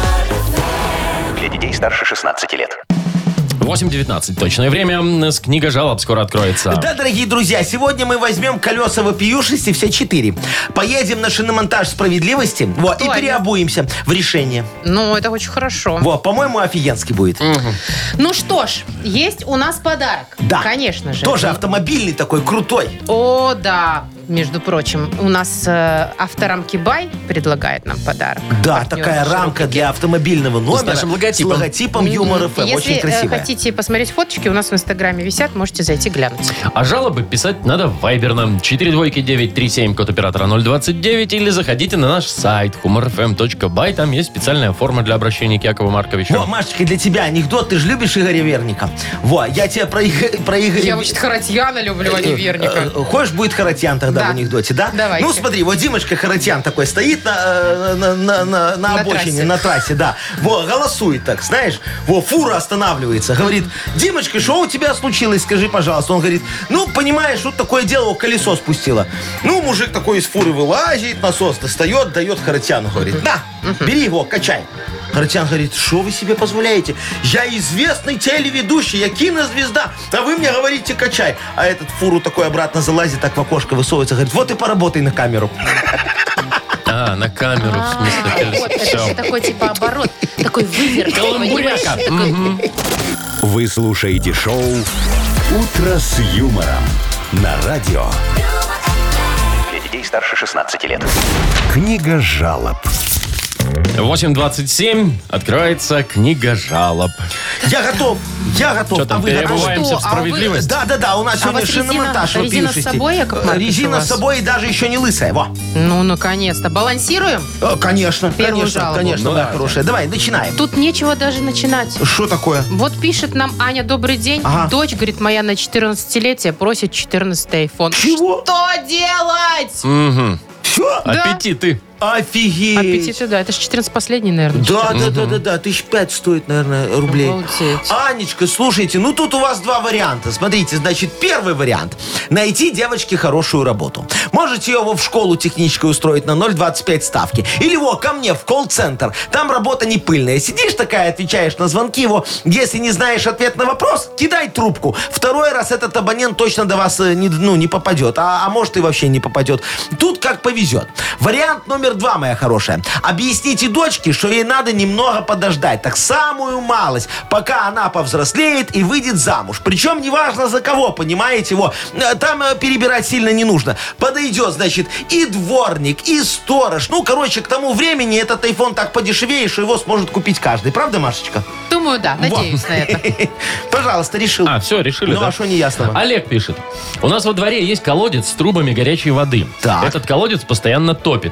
Для детей старше шестнадцати лет. восемь девятнадцать точное время. С книга жалоб скоро откроется. Да, дорогие друзья, сегодня мы возьмем колеса вопиюшести, все четыре. Поедем на шиномонтаж справедливости, во, и Ладно. переобуемся в решение. Ну, это очень хорошо. Во, по-моему, офигенский будет. Ну что ж, есть у нас подарок. Да. Конечно же. Тоже автомобильный такой, крутой. О, да. Между прочим, у нас э, авторамки Бай предлагает нам подарок. Да, Партнер такая нашей рамка рубрики. для автомобильного номера. нашим логотипом. С логотипом Юмор ФМ. Если Очень э, красивая. хотите посмотреть фоточки, у нас в Инстаграме висят, можете зайти глянуть. А жалобы писать надо в Вайбер нам четыре двойки девять три семь, код оператора ноль двадцать девять, или заходите на наш сайт humor эф эм точка бай. Там есть специальная форма для обращения к Якову Марковичу. Во, Машечка, для тебя анекдот. Ты же любишь Игоря Верника. Во, я тебе про, Иго- про Игоря... Я вообще Харатьяна люблю, а не Верника. Э, Хочешь, будет Харатьян тогда Да. в анекдоте, да? Давайте. Ну, смотри, вот Димочка Харатьян такой стоит на, э, на, на, на, на На обочине, трассе. на трассе, да. Во, голосует так, знаешь. Во, фура останавливается. Говорит, Димочка, что у тебя случилось, скажи, пожалуйста. Он говорит, ну, понимаешь, вот такое дело, колесо спустило. Ну, мужик такой из фуры вылазит, насос достает, дает Харатьяну, говорит, на, бери его, качай. Харатьян говорит, что вы себе позволяете? Я известный телеведущий, я кинозвезда, а вы мне говорите, качай. А этот в фуру такой обратно залазит, так в окошко высовывается, говорит, вот и поработай на камеру. А, на камеру, в смысле. Вот, это Всё. же такой типа оборот, такой выверт. Каламбуряка. понимаешь? Мгм. Вы слушаете шоу «Утро с юмором» на радио. Для детей старше шестнадцати лет. Книга жалоб. восемь двадцать семь. Открывается книга жалоб. Я готов, я готов. Что там, а вы готовы? переобуваемся в что? А вы- справедливость? Да, да, да, у нас А сегодня у вас резина- шиномонтаж. резина с вопиюшести. собой, Яков Э, Маркович, у Резина вас? с собой и даже еще не лысая. Во. Ну, наконец-то. Балансируем? Э, Конечно, Первую конечно, жалобу. конечно, Ну, моя давайте. хорошая. Давай, начинаем. Тут нечего даже начинать. Что такое? Вот пишет нам Аня, добрый день. Ага. Дочь, говорит, моя на четырнадцатилетие просит четырнадцатый айфон. Чего? Что делать? Мгм. Все? Да. Аппетиты. Офигеть. Аппетиты, да. Это же четырнадцать последний, наверное. Да, да, да, да, да, тысяч пять стоит, наверное, рублей. Обалдеть. Анечка, слушайте, ну тут у вас два варианта. Смотрите, значит, первый вариант. Найти девочке хорошую работу. Можете ее в школу техническую устроить на ноль двадцать пять ставки. Или во, ко мне в колл-центр. Там работа не пыльная. Сидишь такая, отвечаешь на звонки его. Если не знаешь ответ на вопрос, кидай трубку. Второй раз этот абонент точно до вас э, не, ну, не попадет. А, а может и вообще не попадет. Тут как повезет. Вариант номер два, моя хорошая. Объясните дочке, что ей надо немного подождать. Так самую малость, пока она повзрослеет и выйдет замуж. Причем неважно за кого, понимаете его. Там э, перебирать сильно не нужно. Подойдет, значит, и дворник, и сторож. Ну, короче, к тому времени этот айфон так подешевеет, что его сможет купить каждый. Правда, Машечка? Думаю, да. Надеюсь на это. Пожалуйста, решил. А, все, решили, Ну, да? а что неясного? Олег пишет. У нас во дворе есть колодец с трубами горячей воды. Так. Этот колодец постоянно топит. Его приезжает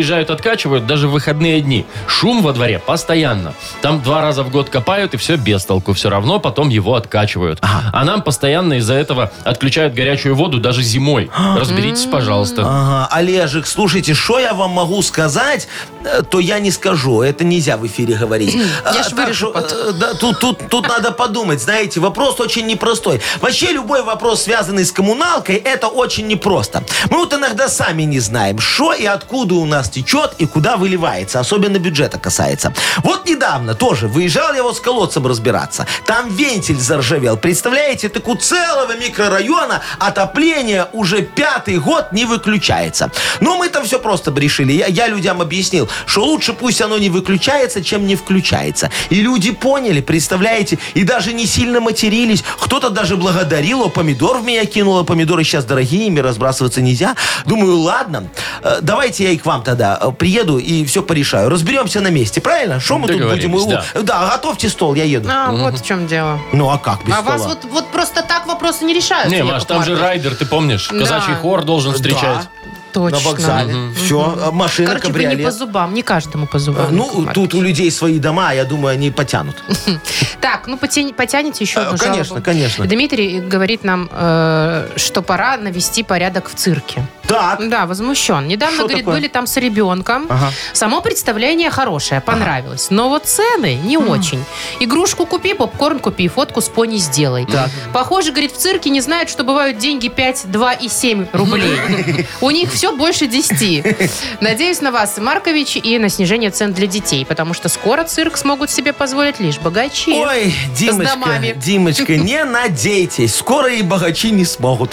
приезжают, откачивают даже в выходные дни. Шум во дворе постоянно. Там два раза в год копают, и все без толку. Все равно потом его откачивают. Ага. А нам постоянно из-за этого отключают горячую воду даже зимой. Разберитесь, пожалуйста. Ага, Олежек, слушайте, что я вам могу сказать, то я не скажу. Это нельзя в эфире говорить. Я ж вырежу потом. Да, тут, тут, тут надо подумать, знаете, вопрос очень непростой. Вообще любой вопрос, связанный с коммуналкой, это очень непросто. Мы вот иногда сами не знаем, что и откуда у нас течет и куда выливается. Особенно бюджета касается. Вот недавно тоже выезжал я вот с колодцем разбираться. Там вентиль заржавел. Представляете, так у целого микрорайона отопление уже пятый год не выключается. Но мы там все просто решили. Я, я людям объяснил, что лучше пусть оно не выключается, чем не включается. И люди поняли, представляете, и даже не сильно матерились. Кто-то даже благодарил, о, помидор в меня кинуло, помидоры сейчас дорогие, ими разбрасываться нельзя. Думаю, ладно, давайте я и к вам тогда приеду и все порешаю. Разберемся на месте, правильно? Что мы тут будем? Да. да, готовьте стол, я еду. А, угу. Вот в чем дело. Ну, а как без А стола? вас вот, вот просто так вопросы не решаются. Не, Маш, там же райдер, ты помнишь? Казачий Да. хор должен встречать. Точно. На вокзале. Все, машина, Короче, вы не кабриолет. по зубам, не каждому по зубам. Ну, Яков тут у Маркович. людей свои дома, я думаю, они потянут. Так, ну потя- потянете еще Э, одну конечно, жалобу. конечно. Дмитрий говорит нам, э, что пора навести порядок в цирке. Так. Да, возмущен. Недавно, Что говорит, такое? были там с ребенком. Ага. Само представление хорошее, понравилось. Но вот цены не очень. Игрушку купи, попкорн купи, фотку с пони сделай. Так. Похоже, говорит, в цирке не знают, что бывают деньги пять, два и семь рублей. У них все больше десяти. Надеюсь на вас, Маркович, и на снижение цен для детей, потому что скоро цирк смогут себе позволить лишь богачи. Ой, Димочка, домами. Димочка, не надейтесь. Скоро и богачи не смогут.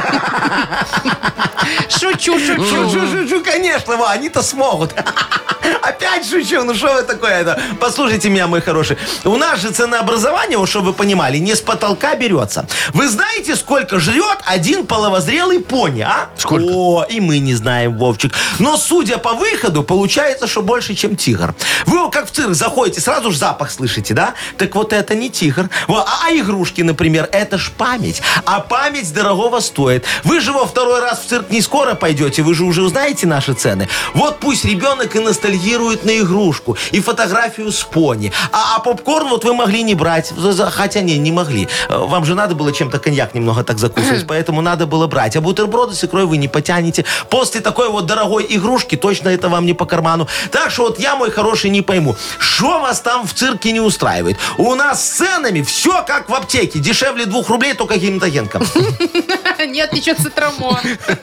Шучу, шучу. Шучу, шучу, конечно, во, они-то смогут. Опять шучу, ну что вы такое-то? Послушайте меня, мой хороший. У нас же ценообразование, вот чтобы вы понимали, не с потолка берется. Вы знаете, сколько жрет один половозрелый пони, а? Сколько? О, и мы не знаем, Вовчик. Но судя по выходу, получается, что больше, чем тигр. Вы вот как в цирк заходите, сразу же запах слышите, да? Так вот это не тигр. Во, а, а игрушки, например, это ж память. А память дорогого стоит. Вы же во второй раз в цирк не скоро пойдете, вы же уже узнаете наши цены. Вот пусть ребенок и ностальгирует на игрушку, и фотографию с пони. А, а попкорн вот вы могли не брать, за- за- хотя не, не могли. Э, Вам же надо было чем-то коньяк немного так закусывать, поэтому надо было брать. А бутерброды с икрой вы не потянете. После такой вот дорогой игрушки точно это вам не по карману. Так что вот я, мой хороший, не пойму, что вас там в цирке не устраивает? У нас с ценами все как в аптеке. Дешевле двух рублей, только гематогенка. Нет, ничего, цитрамон.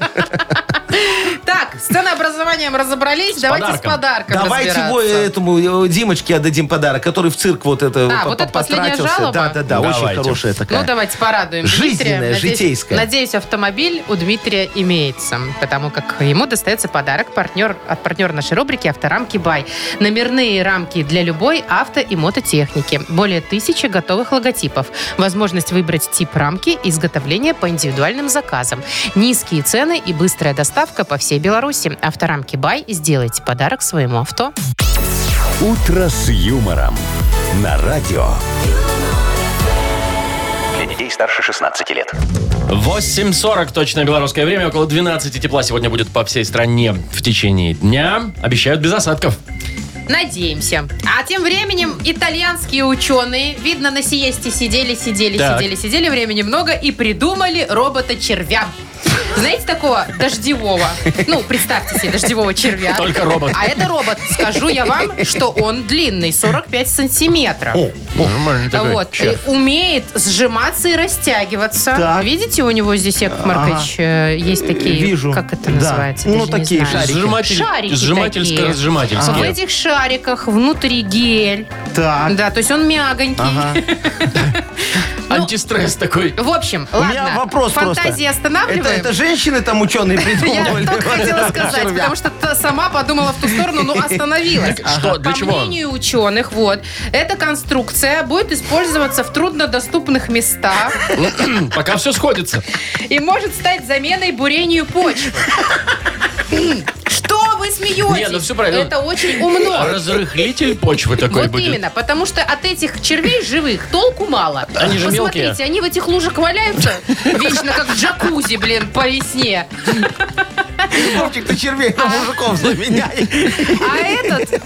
Так, с ценообразованием разобрались. Давайте с подарком. подарком Давайте разбираться. его, этому э, Димочке отдадим подарок, который в цирк вот это А, по- вот по- это последняя потратился. жалоба? Да, да, да, очень Давайте. хорошая такая. Ну, давайте порадуем Жизненная, Дмитрия. Надеюсь- житейская. Надеюсь, автомобиль у Дмитрия имеется, потому как ему достается подарок партнер, от партнера нашей рубрики «Авторамки Бай». Номерные рамки для любой авто и мототехники. Более тысячи готовых логотипов. Возможность выбрать тип рамки, изготовление по индивидуальным заказам. Низкие цены и быстрая доставка по всей Беларуси. «Авторамки Бай». Сделайте подарок своему авто. «Утро с юмором» на радио. Для детей старше шестнадцати лет. восемь сорок точное белорусское время. Около двенадцати тепла сегодня будет по всей стране в течение дня. Обещают без осадков. Надеемся. А тем временем итальянские ученые, видно, на сиесте сидели, сидели, Так. сидели, сидели, времени много, и придумали робота-червя. Знаете такого дождевого? Ну, представьте себе дождевого червя. Только робот. А это робот. Скажу я вам, что он длинный, сорок пять сантиметров. Нормально такой Вот. червь. И умеет сжиматься и растягиваться. Так. Видите, у него здесь, Яков Маркович, э, есть такие... Вижу. Как это Да. называется? Ну, Даже не такие знаю. шарики. Сжиматель, Шарики сжимательско-разжимательские. В этих шариках внутри гель. Так. Да, то есть он мягонький. Антистресс такой. В общем, У ладно. меня вопрос Фантазии просто. останавливаем. Это, это женщины там ученые Я придумывали. только хотела сказать, Червя. потому что та сама подумала в ту сторону, но остановилась. Что, для По чего? мнению ученых, вот, эта конструкция будет использоваться в труднодоступных местах Пока все сходится. и может стать заменой бурению почвы. Что вы вы смеетесь? Не, ну всё правильно. Это очень умно. Разрыхлитель почвы такой Вот будет. именно, потому что от этих червей живых толку мало. Они же Посмотрите, мелкие. они в этих лужах валяются вечно, как в джакузи, блин, по весне. Вовчик, ты червей на мужиков заменяй. А этот,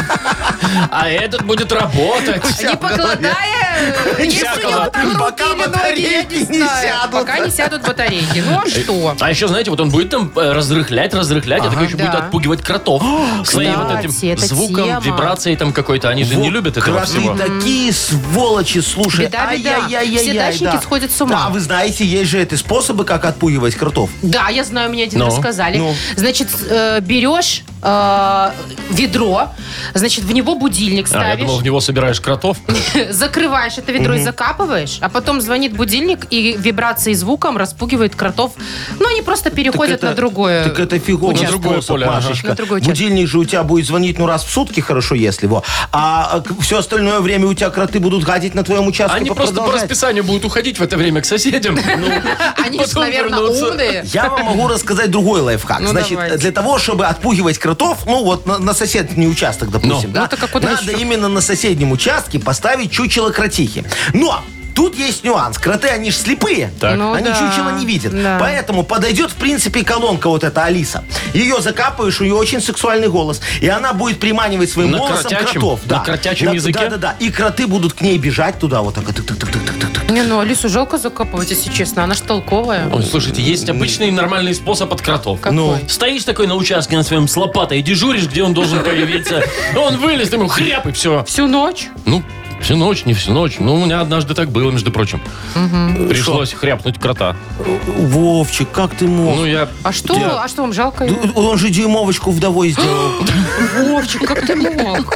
А этот будет работать. не покладая, если у него там руки Пока или ноги, я батарейки не не знаю. сядут. Пока не сядут батарейки. Ну а что? А еще, знаете, вот он будет там э, разрыхлять, разрыхлять, а такой еще да. будет отпугивать кротов своим вот этим кстати, это звуком, тема. вибрацией там какой-то. Они же не Вот любят этого кроты всего. такие сволочи, слушай. Беда, беда. Ай-яй-яй-яй-яй, Все дачники да. сходят с ума. Да, вы знаете, есть же эти способы, как отпугивать кротов. Да, я знаю, мне один Ну, рассказали. ну. Значит, э, берешь э, ведро, значит, в него будильник А, я ставишь, думал, в него собираешь кротов. закрываешь это ведро и закапываешь, а потом звонит будильник и вибрацией звуком распугивает кротов. Ну, они просто переходят Так на другое. Так это фиговый На другое способ, поле, ага. Машечка. На другой участок. Будильник же у тебя будет звонить, ну, раз в сутки, хорошо, если его. А все остальное время у тебя кроты будут гадить на твоем участке. Они просто по продолжать. расписанию будут уходить в это время к соседям. Ну, Они же, потом наверное, вернутся. умные. Я вам могу рассказать другой лайфхак. Ну, Значит, давайте. для того, чтобы отпугивать кротов, ну вот на, на соседний участок, допустим, Ну. да, Ну, так а куда надо еще? именно на соседнем участке поставить чучело кротихи. Но тут есть нюанс. Кроты, они же слепые. Так. Ну, Они да. чучело не видят. Да. Поэтому подойдет, в принципе, колонка вот эта Алиса. Ее закапываешь, у нее очень сексуальный голос. И она будет приманивать своим На голосом кротячем? кротов. На кротячем языке? Да-да-да. И кроты будут к ней бежать туда вот так. тык-тык-тык-тык-тык. Не, ну Алису жалко закапывать, если честно. Она ж толковая. Ой, слушайте, есть обычный нормальный способ от кротов. Какой? ну. Стоишь такой на участке на своем с лопатой, дежуришь, где он должен появиться. Он вылез, ты ему хряп, и все. Всю ночь? Ну, всю ночь, не всю ночь. Ну, у меня однажды так было, между прочим. Пришлось хряпнуть крота. Вовчик, как ты мог? Ну, я... А что? я- А что вам жалко его? Ну, Он же дюймовочку вдовой сделал. Вовчик, как ты мог?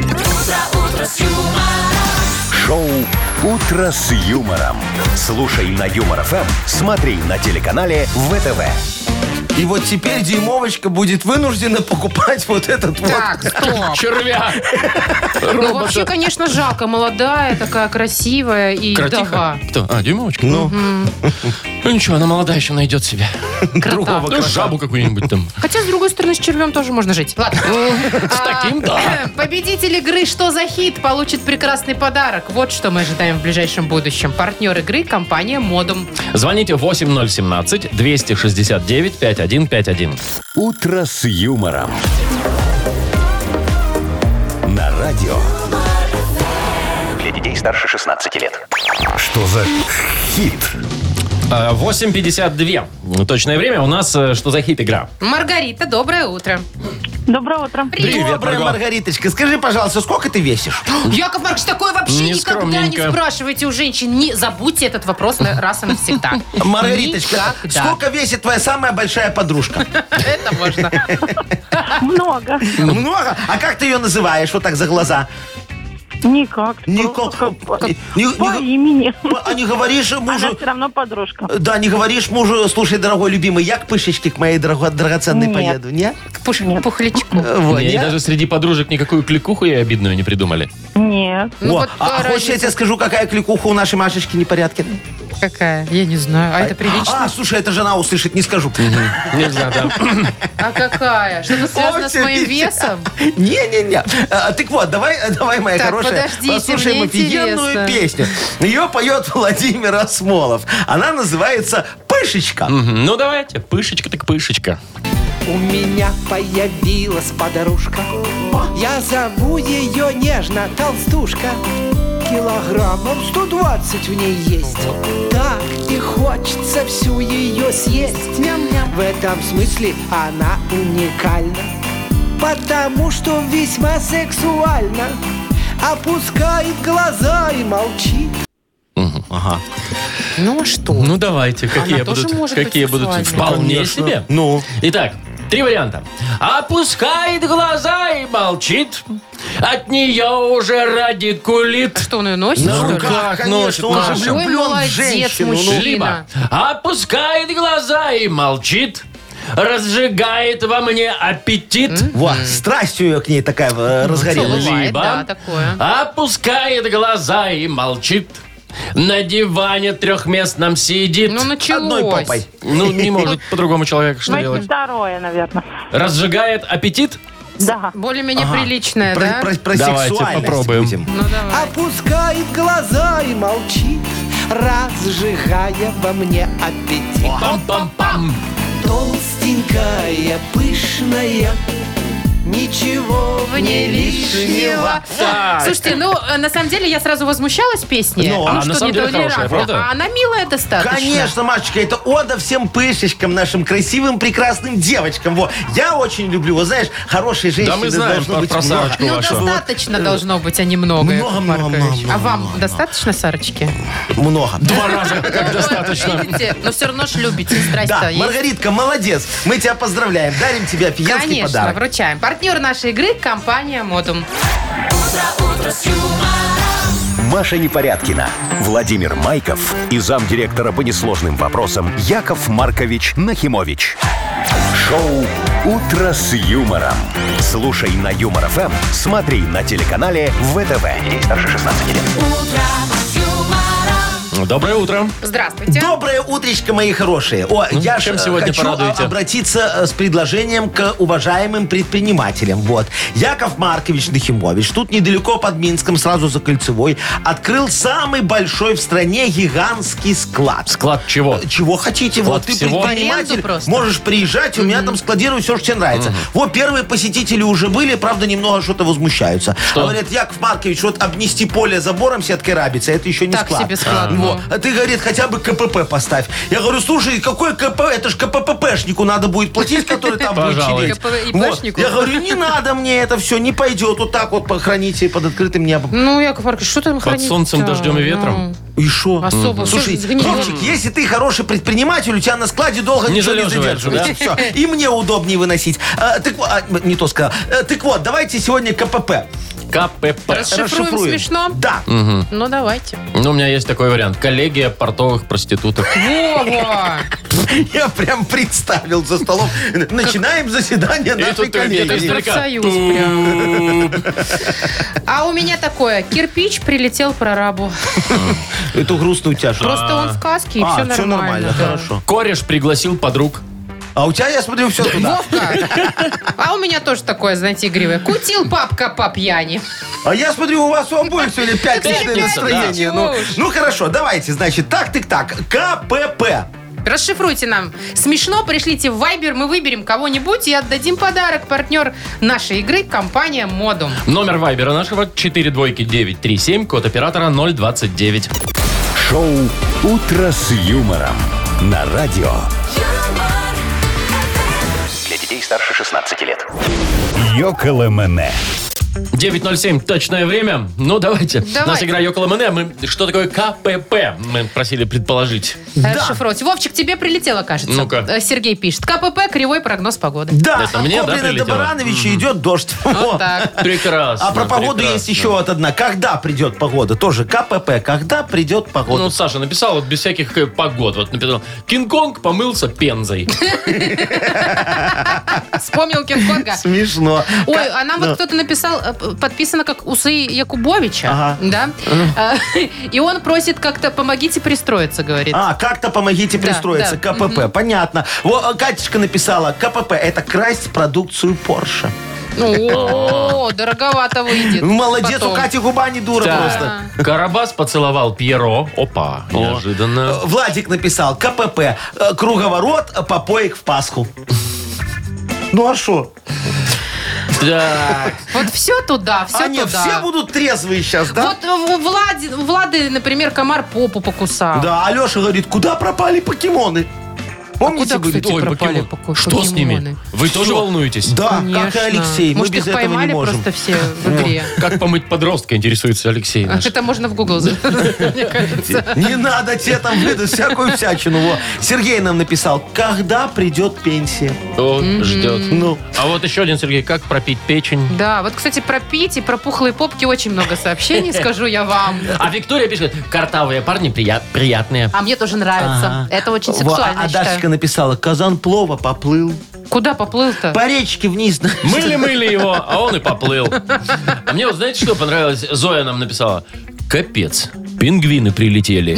Шоу «Утро с юмором». Слушай на Юмор ФМ, смотри на телеканале ВТВ. И вот теперь дюймовочка будет вынуждена покупать вот этот вот. Так, стоп. Червя! Ну, вообще, конечно, жалко. Молодая, такая красивая и Кротиха? вдова. Кто? А, Дюймовочка? Ну, Ну ничего, она молодая еще найдет себе. Крота. Ну, жабу какую-нибудь там. Хотя, с другой стороны, с червем тоже можно жить. Ладно. С таким, да. Победитель игры «Что за хит?» получит прекрасный подарок. Вот что мы ожидаем в ближайшем будущем. Партнер игры – компания «Модум». Звоните восемь ноль семнадцать двести шестьдесят девять пятьдесят один пятьдесят один. «Утро с юмором». На радио. Для детей старше шестнадцати лет. Что за хит? восемь пятьдесят два. Точное время. У нас э, «Что за хит» игра. Маргарита, доброе утро. Доброе утро. Привет, добрая Марго. Маргариточка, скажи, пожалуйста, сколько ты весишь? Яков Маркович, такое вообще Не никогда не скромненько. спрашивайте у женщин. Не забудьте этот вопрос на- раз и навсегда. Маргариточка, Никогда. сколько весит твоя самая большая подружка? Это можно. Много. Много? А как ты ее называешь вот так за глаза? Никак. Никак. Просто По, Не- не- по не- имени. А не говоришь Она мужу... все равно подружка. Да, не говоришь мужу, слушай, дорогой любимый, я к пышечке, к моей дорого- драгоценной Нет. поеду, не? К пуш- пухлячку. Э, Вот, Не, и не? даже среди подружек никакую кликуху ей обидную не придумали. Нет. Ну, О, вот а какая хочешь, я разница? тебе скажу, какая кликуха у нашей Машечки Непорядкина? Какая? Я не знаю. А это прилично? А, слушай, это жена услышит, не скажу. Нельзя, да. А какая? Что-то связано с моим весом? Не-не-не. А, Так вот, давай, давай, моя Так, хорошая, подождите, послушаем мне офигенную интересно. песню. Ее поет Владимир Осмолов. Она называется «Пышечка». Мгм. Ну, давайте. Пышечка так пышечка. У меня появилась подружка. Я зову ее нежно толстушка. Килограммов сто двадцать в ней есть. Так и хочется всю ее съесть. В этом смысле она уникальна, потому что весьма сексуальна. Опускает глаза и молчит. Ага. Ну а что? Ну, давайте. Какие Она тоже будут? может быть Какие будут? сексуальной. Вполне Конечно. себе. Ну. Итак, три варианта. Опускает глаза и молчит. От нее уже радикулит. А что, он ее носит, На что ли? руках, Как носит, конечно, он же Маша? Ой, влюблен в молодец, женщину. ну. мужчина. Либо опускает глаза и молчит. Разжигает во мне аппетит. Вот, страсть у ее к ней такая э, разгорелась. Бывает, Либо да, такое. опускает глаза и молчит. На диване трехместном сидит. Ну, началось. Одной попой. Ну, не может по-другому человек что Значит, делать. второе, наверное. Разжигает аппетит? Да. Более-менее приличная, Про, да? про- про Давайте сексуальность попробуем. будем. Ну, давай. Опускает глаза и молчит, разжигая во мне аппетит. Пам-пам-пам. Толстенькая, пышная, ничего в ней лишнего. Так. Слушайте, ну, э, на самом деле, я сразу возмущалась песней. Ну, Ну, а что на самом деле нетолерантно. хорошая, правда? А она милая достаточно. Конечно, Машечка, это ода всем пышечкам, нашим красивым, прекрасным девочкам. Во. Я очень люблю, вот знаешь, хорошие женщины мы знаем должно про- быть про много. Сарочку Ну, вашу. достаточно должно быть, а не много, Много, Яков много, Маркович. много, много, А вам много. достаточно, Сарочки? Много. Два раза, как достаточно. Видите? Но все равно ж любите, страсть-то Да, есть. Маргаритка, молодец. Мы тебя поздравляем. Дарим тебе офигенский Конечно, подарок. вручаем. Партнер нашей игры – компания «Модум». Маша Непорядкина, Владимир Майков и замдиректора по несложным вопросам Яков Маркович Нахимович. Шоу «Утро с юмором». Слушай на Юмор ФМ, смотри на телеканале ВТВ. Ей старше шестнадцати лет. Доброе утро. Здравствуйте. Доброе утречко, мои хорошие. О, я чем ж, э, сегодня хочу порадуете? а, обратиться э, с предложением к уважаемым предпринимателям. Вот. Яков Маркович Нахимович тут недалеко под Минском, сразу за Кольцевой, открыл самый большой в стране гигантский склад. Склад чего? Чего хотите? Склад Вот ты всего? В аренду предприниматель, просто. можешь приезжать, у меня там складирую все, что тебе нравится. Вот первые посетители уже были, правда, немного что-то возмущаются. Что? Говорят, Яков Маркович, вот обнести поле забором сеткой рабицы, это еще не Так склад. себе склад, Вот. ну. А ты, говорит, хотя бы КПП поставь. Я говорю, слушай, какой КП? Это ж КППшнику надо будет платить, который там будет Пожалуй. сидеть. КППшнику? Вот. Я говорю, не надо мне это все, не пойдет. Вот так вот похороните под открытым небом. Ну, Яков Маркович, что там хранить? солнцем, дождем и ветром? И шо? Особо. Слушай, Что ж сгниет? Вовчик, если ты хороший предприниматель, у тебя на складе долго Не ничего не залеживается, задерживается. Всё. И мне удобнее выносить. А, так, вот- а, не то сказал. А, так вот, давайте сегодня КПП. КПП. Расшифруем смешно? Да. Ну, давайте. Ну, у меня есть такой вариант. Коллегия портовых проституток. Вова! Я прям представил за столом. Начинаем заседание И нашей тут ты где-то коллегии. издалека. Профсоюз прям. А у меня такое. Кирпич прилетел прорабу. Это грустно у тебя что? Просто он в каске, и А, все всё нормально. нормально, да. хорошо. Кореш пригласил подруг. А у тебя, я смотрю, все туда. Вовка! А у меня тоже такое, знаете, игривое. Кутил папка по пьяни. А я смотрю, у вас у обоих сегодня пятничное Пятница, настроение. да. Ну, Чего уж. ну хорошо, давайте, значит, так, так, так. КПП. Расшифруйте нам. Смешно, пришлите в Viber, мы выберем кого-нибудь и отдадим подарок. Партнер нашей игры – компания «Модум». Номер вайбера нашего четыре двойки девять три семь, код оператора ноль двадцать девять. Шоу «Утро с юмором» на радио. Для детей старше шестнадцати лет. Йоколэмэне. девять ноль семь точное время. Ну, давайте. Давайте. У нас игра Йоколэмэне. Мы что такое КПП? Мы просили предположить. Расшифровать. Вовчик, тебе прилетело, кажется. Ну-ка. Э, Сергей пишет. КПП – кривой прогноз погоды. Да, Это от мне, да, Коблина до прилетело? Барановича идет дождь. Вот Вот. так. Прекрасно. А про погоду прекрасно. есть еще вот одна. Когда придет погода? Тоже КПП. Когда придет погода? Ну, Саша написал вот без всяких э, погод. Вот написал, Кинг-Конг помылся пензой. Вспомнил Кинг-Конга. Смешно. Ой, Ка- а нам ну. вот кто-то написал, э, п- подписано как Усы Якубовича, Ага. да? Э, И он просит как-то помогите пристроиться, говорит. А, как-то помогите Да, пристроиться. да. КПП, понятно. Вот Катечка написала, КПП это красть продукцию Порше. Ну, о, дороговато выйдет. Молодец, потом. у Кати губа не дура Так. просто. Карабас поцеловал Пьеро. Опа, неожиданно. Владик написал, КПП, э, круговорот, э, попоек в Пасху. Ну а что? Так. Вот все туда, все А нет, туда. все будут трезвые сейчас, да? Вот э, Влади, Влады, например, комар попу покусал. Да, Алеша говорит, куда пропали покемоны? Помните, куда, говорит? кстати, Ой, пропали покемон. поку- Что с ними? покемоны? Вы тоже Всё. волнуетесь? Да, Конечно. как и Алексей, мы Может, без их этого не поймали можем. просто все в игре. Как помыть подростка, интересуется Алексей наш. Это можно в Google задать, мне кажется. Не надо тебе там выдать всякую всячину. Во. Сергей нам написал, когда придет пенсия? Кто ждет? Ну, А вот еще один, Сергей, как пропить печень? Да, вот, кстати, про пить и про пухлые попки очень много сообщений, скажу я вам. А Виктория пишет, картавые парни прият- приятные. А мне тоже нравится. Ага. Это очень во, сексуально, а я считаю. Дашечка написала, казан плова поплыл. Куда поплыл-то? По речке вниз. Мыли-мыли его, а он и поплыл. А мне вот знаете, что понравилось? Зоя нам написала. Капец. Пингвины прилетели.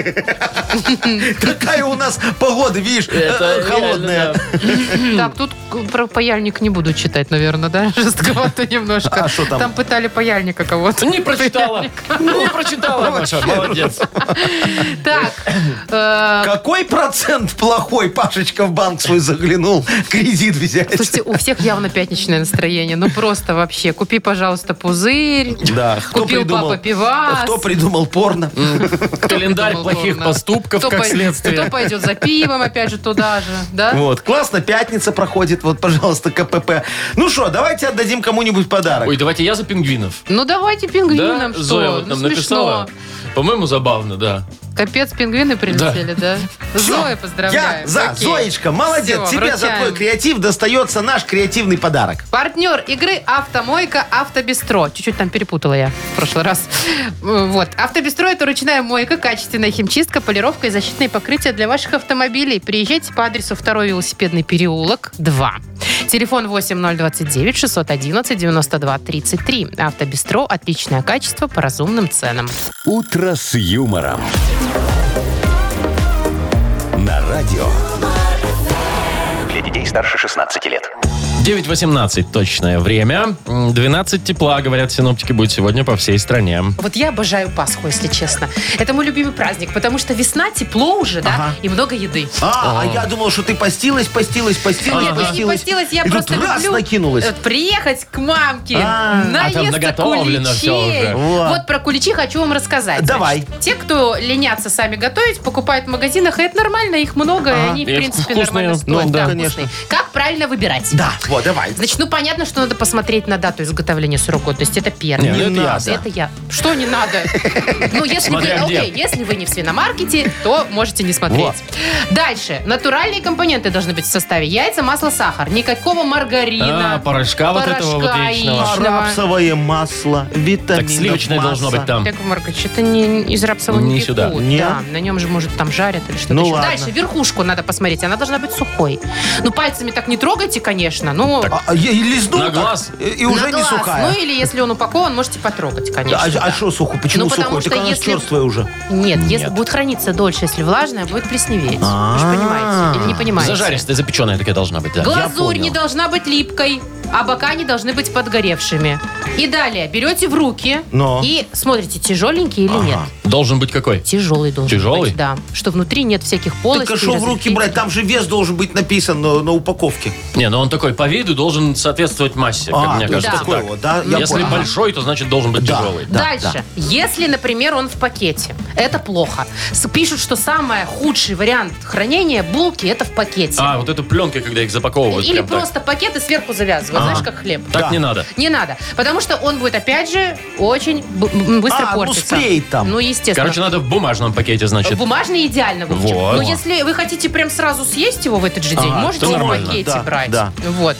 Какая у нас погода, видишь, Это э, холодная. Так, тут про паяльник не буду читать, наверное, да? Жестковато немножко. А что там? Там пытали паяльника кого-то. Не прочитала. Не прочитала, Маша. Молодец. Так, э, Какой процент плохой? Пашечка в банк свой заглянул, кредит взять. слушайте, у всех явно пятничное настроение. Ну просто вообще. Купи, пожалуйста, пузырь. Да, кто Купил придумал, папа пивас. кто придумал порно? Календарь Думал, плохих ровно. поступков, Кто как пой- следствие. Кто пойдет за пивом, опять же, туда же, да? Вот, классно, пятница проходит, вот, пожалуйста, КПП. Ну что, давайте отдадим кому-нибудь подарок. Ой, давайте я за пингвинов. Ну давайте Да, пингвинам, что? Зоя вот Ну, нам смешно. написала. По-моему, забавно, да. Капец, пингвины прилетели, да? Зоя, поздравляю. Я за, Окей. Зоечка, молодец. Всё, Тебе за вручаем. твой креатив достается наш креативный подарок. Партнер игры «Автомойка Автобестро». Чуть-чуть там перепутала я в прошлый раз. Вот. «Автобестро» — это ручная мойка, качественная химчистка, полировка и защитные покрытия для ваших автомобилей. Приезжайте по адресу второй велосипедный переулок, два. Телефон восемь ноль двадцать девять шестьсот одиннадцать девяносто два тридцать три. «Автобестро» — отличное качество по разумным ценам. «Утро с юмором». На радио. Для детей старше шестнадцати лет. девять восемнадцать точное время. двенадцать тепла, говорят синоптики, будет сегодня по всей стране. Вот я обожаю Пасху, если честно. Это мой любимый праздник, потому что весна, тепло уже, да, Ага. и много еды. А, а я думал, что ты постилась, постилась, постилась, Нет, я не постилась. постилась, я и просто тут раз люблю накинулась. э, приехать к мамке, А, а там наесться наготовлено куличей. всё уже. Вот. Вот про куличи хочу вам рассказать. Давай. Значит, те, кто ленятся сами готовить, покупают в магазинах, и это нормально, их много, и они, в И принципе, вкусные. нормально Ну, стоят. да, вкусные. Как правильно выбирать? Да, вот, давай. Значит, ну понятно, что надо посмотреть на дату изготовления срок годности. Это первое. Не, ну, это надо. ясно. Это я. Что не надо? Ну, если вы, Смотря где. окей, если вы не в свиномаркете, то можете не смотреть. Вот. Дальше. Натуральные компоненты должны быть в составе. Яйца, масло, сахар. Никакого маргарина. А, порошка вот этого вот порошка вечного. яичного. Рапсовое масло, витамины. Так сливочное должно быть там. Яков Маркович, это не из рапсового Не не сюда. пекут. Не? Да, на нем же, может, там жарят или что-то Ну еще. ладно. Дальше, верхушку надо посмотреть. Она должна быть сухой. Ну, пальцами так не трогайте, конечно, но... А, а, я и лизнул На так, глаз? и, и на уже не глаз. сухая. Ну, или если он упакован, можете потрогать, конечно. а что сухой? Почему Ну, потому сухой? что Так она если- черствая уже. Нет, если Нет. будет храниться дольше, если влажная, будет плесневеть. Вы же А-а-а. понимаете. Или не понимаете. Зажаристая, запеченная такая должна быть, да. Глазурь понял. не должна быть липкой, а бока не должны быть подгоревшими. И далее берете в руки Но. и смотрите, тяжеленький или нет. Должен быть какой? Тяжелый должен Тяжелый? быть, да. Что внутри нет всяких полостей. Так а что в руки разветвлений. брать? Там же вес должен быть написан на, на упаковке. Не, ну он такой по виду должен соответствовать массе, как А, мне то есть кажется. такой так. вот, да? Я Если понял. большой, то значит должен быть Да. тяжелый. Да, Дальше. Если, например, он в пакете, это плохо. С- Пишут, что самый худший вариант хранения булки это в пакете. А, вот эту пленку, когда их запаковывают. Или прям так. просто пакеты сверху завязывают, знаешь, как хлеб. Так Да. не надо. Не надо, потому что он будет, опять же, очень б- м, быстро А, ну, портиться. склеить там. Ну, естественно. Короче, надо в бумажном пакете, значит. Бумажный идеально, Вовчик. Вот. Но если вы хотите прям сразу съесть его в этот же день, Ага, можете то в нормально. пакете Да, брать. да. Вот.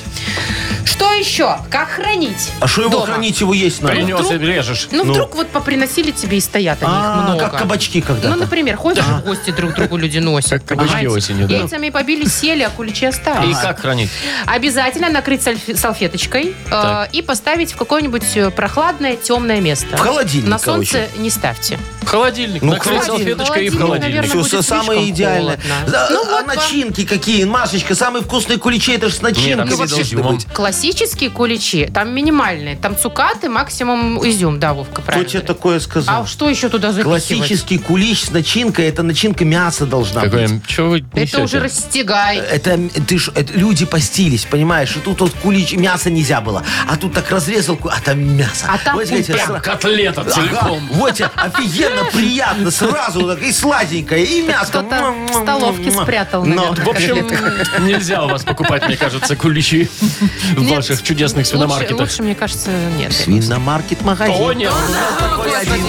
Что еще? Как хранить? А что его дома? хранить, его есть надо? Принес вдруг- и режешь. Ну, Ну. вдруг вот поприносили тебе и стоят они, А, их много. как кабачки когда-то. Ну, например, ходят в гости друг к другу люди носят. Как кабачки понимаете? осенью, да. Яйцами побили, сели, а куличи остались. И как хранить? Обязательно накрыть сальф- салфеточкой э, Так. и поставить в какое-нибудь э, прохладное, темное место. В холодильник, На солнце короче. не ставьте. Холодильник. Ну, Накрыть холодильник. салфеточкой и в Холодильник, холодильник. наверное, Все, будет все слишком самое идеальное. холодно. Да, Ну, а вот вам. начинки какие? Машечка, самые вкусные куличи, это же с начинкой там вообще с должны изюмом. быть. Классические куличи, там минимальные. Там цукаты, максимум изюм. Да, Вовка, Кто правильно. тебе говорит. такое сказал? А что еще туда запихивать? Классический кулич с начинкой, это начинка мяса должна быть. Какое? Чего вы Это несете? уже растягай. Это, ты ж, это люди постились, понимаешь? И тут вот кулич, мяса нельзя было. А тут так разрезал, ку- а там мясо. А там Вот, знаете, прям сра- Котлета Ага, целиком. вот тебе офигенно приятно, сразу так, и сладенькое, и мяско. Кто-то в столовке спрятал, Но. наверное, В общем, котлеты. нельзя у вас покупать, мне кажется, куличи в Нет, ваших чудесных лучше- свиномаркетах. Лучше, мне кажется, нет. Свиномаркет-магазин. О, нет. Господи.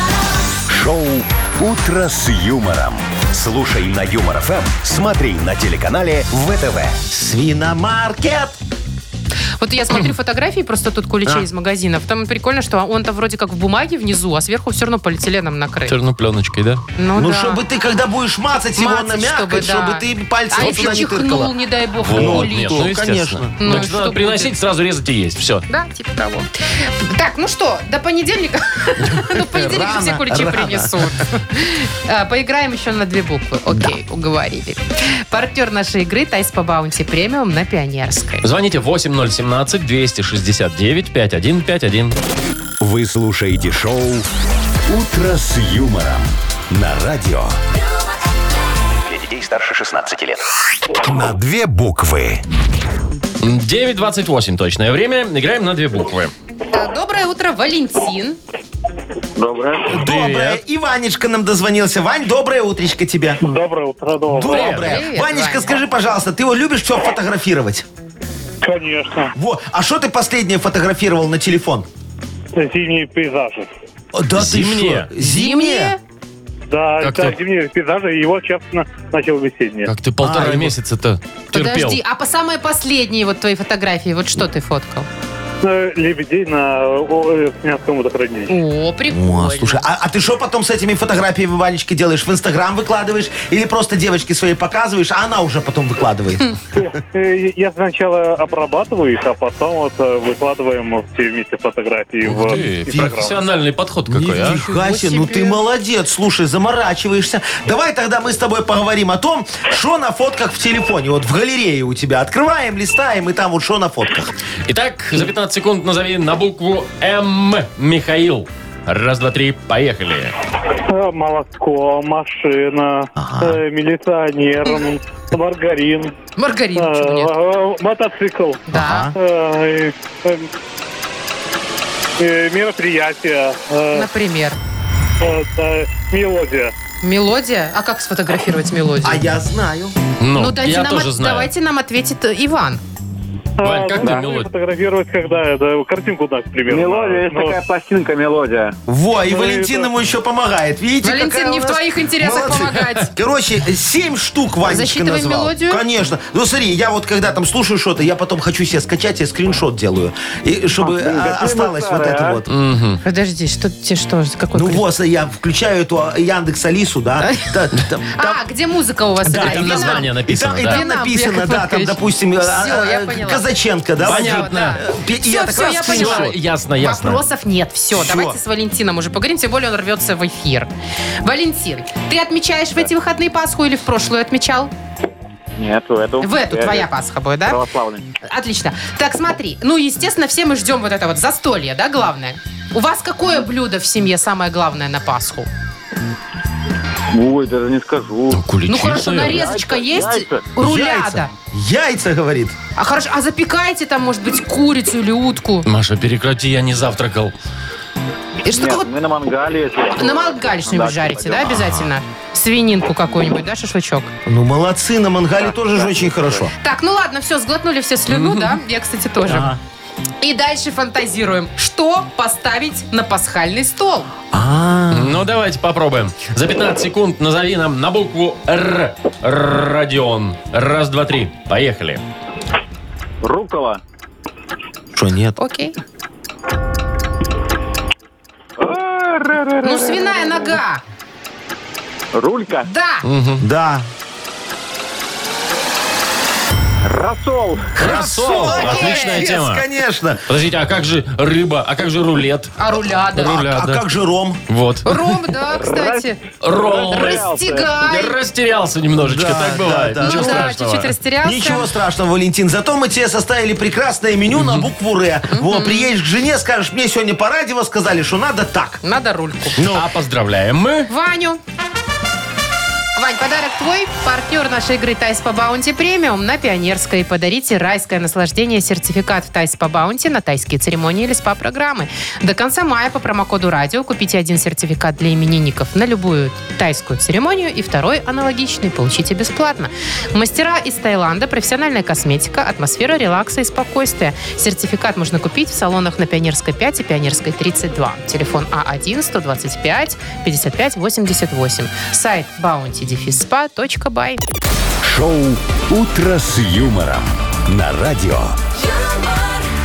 Шоу «Утро с юмором». Слушай на Юмор ФМ, смотри на телеканале ВТВ. Свиномаркет. Вот я смотрю фотографии просто тут куличей А. из магазинов. Там прикольно, что он-то вроде как в бумаге внизу, а сверху все равно полиэтиленом накрыт. Чернопленочкой, да? Ну, Ну, да. чтобы ты, когда будешь мацать его Мацать, на мякоть, чтобы, чтобы, да. ты пальцем А вот если туда не чихнул, тыркала. не дай бог, Вот, на нет, кулич. ну, естественно. конечно. Ну, Так и что надо что приносить, будет? сразу резать и есть. Все. Да, типа того. Так, ну что, до понедельника. Ну, в понедельник же все Рано, куличи рано. принесут. А, Поиграем еще на две буквы. Окей, уговорили. Партнер нашей игры Тайс по Баунти премиум на Пионерской. Звоните восемь ноль семнадцать двести шестьдесят девять пятьдесят один пятьдесят один. Вы слушаете шоу «Утро с юмором» на радио. Для детей старше шестнадцати лет. На две буквы. девять двадцать восемь точное время. Играем на две буквы. А, Доброе утро, Валентин. Доброе. Доброе. И Ванечка нам дозвонился. Вань, доброе утречко тебе. Доброе утро, доброе. Доброе. Привет, Ванечка, Ваня. скажи, пожалуйста, ты его любишь все фотографировать? Конечно. Во. А что ты последнее фотографировал на телефон? Зимние пейзажи. О, Да ты Зимние? шо? Зимние? Да, Как да, ты? зимние пейзажи, и его честно начал весенние. Как ты полтора А, его- месяца-то терпел? Подожди, а по самые последние вот твои фотографии, вот что ты фоткал? Э, Лебедей на о, э, Снятском водохранилище. О, прикольно. О, слушай, а, а ты что потом с этими фотографиями, Ванечка, делаешь? В Инстаграм выкладываешь? Или просто девочке своей показываешь, а она уже потом выкладывает? Э, Я сначала обрабатываю их, а потом вот э, выкладываем все вместе фотографии Ух в ты, Инстаграм. профессиональный подход какой, а? Нифига себе, ну себе. ты молодец. Слушай, заморачиваешься. Давай тогда мы с тобой поговорим о том, что на фотках в телефоне. Вот в галерее у тебя. Открываем, листаем, и там вот что на фотках. Итак, за пятнадцать секунд назови на букву М. Михаил. Раз, два, три, поехали. Э, Молоко, машина, Ага. э, милиционер, м, маргарин, Маргарин, э, почему нет? э, мотоцикл, Да, э, э, э, мероприятие, э, например. э, э, мелодия. Мелодия? А как сфотографировать мелодию? А я знаю. Ну, дайте я нам тоже от- знаю. давайте нам ответит э, Иван. Вань, как А, ты да, мелодию? фотографировать, когда это, картинку, да, примерно. Мелодия, есть Ну, такая пластинка «Мелодия». Во, и Ну, Валентин это- ему еще помогает. Видите, Валентин, какая не у в нас- твоих интересах Молодцы. помогать. Короче, семь штук Ванечка Засчитываем назвал. мелодию? Конечно. Ну смотри, я вот когда там слушаю что-то, я потом хочу себе скачать, я скриншот делаю. И чтобы блин, а, какие осталось мы вот старые, это а? вот. Подожди, что тебе что? Какой Ну клип? вот, я включаю эту Яндекс Алису, да. Та- там- А, где музыка у вас Да, играет? там и Вина? название И написано, там, и да. там Вина, написано, Яков да, там, Маркович. допустим, Всё, а, я а, поняла. Казаченко, да? Понятно. И Всё, я так всё, раз я поняла. скриншот. Ясно, ясно. Вопросов нет. Все, Всё. давайте с Валентином уже поговорим, тем более он рвется в эфир. Валентин, ты отмечаешь в эти выходные Пасху или в прошлую отмечал? Нет, в эту. В эту Я твоя Пасха будет, да? православный. Отлично. Так, смотри. Ну, естественно, все мы ждем вот это вот застолье, да, главное? У вас какое блюдо в семье самое главное на Пасху? Ой, даже не скажу. Куличи, Ну, хорошо, наверное. нарезочка Яйца, есть? яйца. Руляда. Яйца, говорит. А хорошо, а запекаете там, может быть, курицу или утку? Маша, прекрати, я не завтракал. И что Нет, такое мы на мангале. если- на мангале что-нибудь Да, жарите, да, пойдем. обязательно? Свининку какую-нибудь, да, шашлычок? Ну, молодцы, на мангале тоже же очень хорошо. Так, ну ладно, все, сглотнули все слюну, да? Я, кстати, тоже. Ага. И дальше фантазируем. Что поставить на пасхальный стол? А, Ну, давайте попробуем. За пятнадцать секунд назови нам на букву Р. Родион. Раз, два, три. Поехали. Рукола. что нет? Окей. Ну, свиная нога. Рулька. Да. Да. Рассол. Рассол. Отличная Yes, тема. конечно. Подождите, а как же рыба? А как же рулет? А руляда? Руля, А да. как же ром? Вот. Ром, да, кстати. Ролл. Растягай. Я растерялся немножечко, Да, так бывает. да, да. Ничего Ну да, страшного. чуть-чуть растерялся. Ничего страшного, Валентин. Зато мы тебе составили прекрасное меню на букву Р. Вот, приедешь к жене, скажешь, мне сегодня по радио сказали, что надо так. Надо рульку. А поздравляем мы. Ваню. Вань, подарок твой. Партнер нашей игры Тайс по Баунти премиум на Пионерской. Подарите райское наслаждение, сертификат в Тайс по Баунти на тайские церемонии или СПА-программы. До конца мая по промокоду радио купите один сертификат для именинников на любую тайскую церемонию и второй аналогичный получите бесплатно. Мастера из Таиланда, профессиональная косметика, атмосфера релакса и спокойствия. Сертификат можно купить в салонах на Пионерской пять и Пионерской тридцать два. Телефон А один сто двадцать пять пятьдесят пять восемьдесят восемь. Сайт баунти дефис спа точка бай. Шоу «Утро с юмором» на радио. юмор.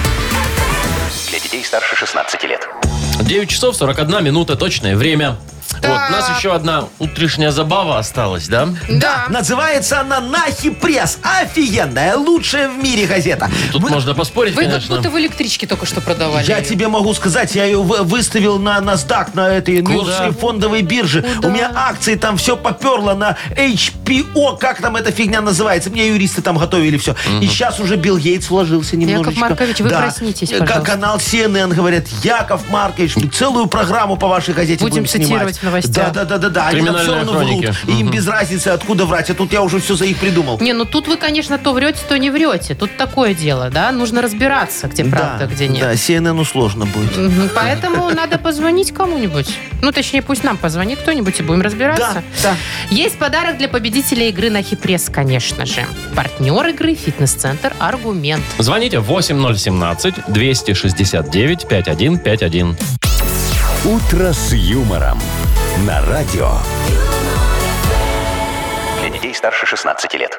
детей старше шестнадцати лет. девять часов сорок одна минута, точное время. Так. Вот, у нас еще одна утренняя забава осталась, да? Да. Называется она «Нахи Пресс». Офигенная, лучшая в мире газета. Тут Вы- можно поспорить, Вы как конечно. будто в электричке только что продавали. Я её. тебе могу сказать, я ее вы- выставил на NASDAQ, на этой Нью-Йоркской фондовой бирже. Куда? У меня акции там все поперло на эйч пи о, как там эта фигня называется. Мне юристы там готовили все. И сейчас уже Билл Гейтс вложился немножечко. Маркович, вы проснитесь, К- пожалуйста. Канал си эн эн говорят, Яков Маркович, мы целую программу по вашей газете Будем будем, снимать. цитировать в новостях. Да, да, да, да, да. Они там все Криминальные равно врут. хроники. И им Мгм. без разницы, откуда врать. А тут я уже все за их придумал. Не, ну тут вы, конечно, то врете, то не врете. Тут такое дело, да? Нужно разбираться, где правда, да, где нет. Да, си эн эн сложно будет. Мгм, Поэтому надо позвонить кому-нибудь. Ну, точнее, пусть нам позвонит кто-нибудь, и будем разбираться. Да, да. Есть подарок для победителя игры «Нахи Пресс», конечно же. Партнер игры «Фитнес-центр Аргумент». Звоните восемь ноль семнадцать двести шестьдесят девять пятьдесят один пятьдесят один. «Утро с юмором» на радио. Для детей старше шестнадцати лет.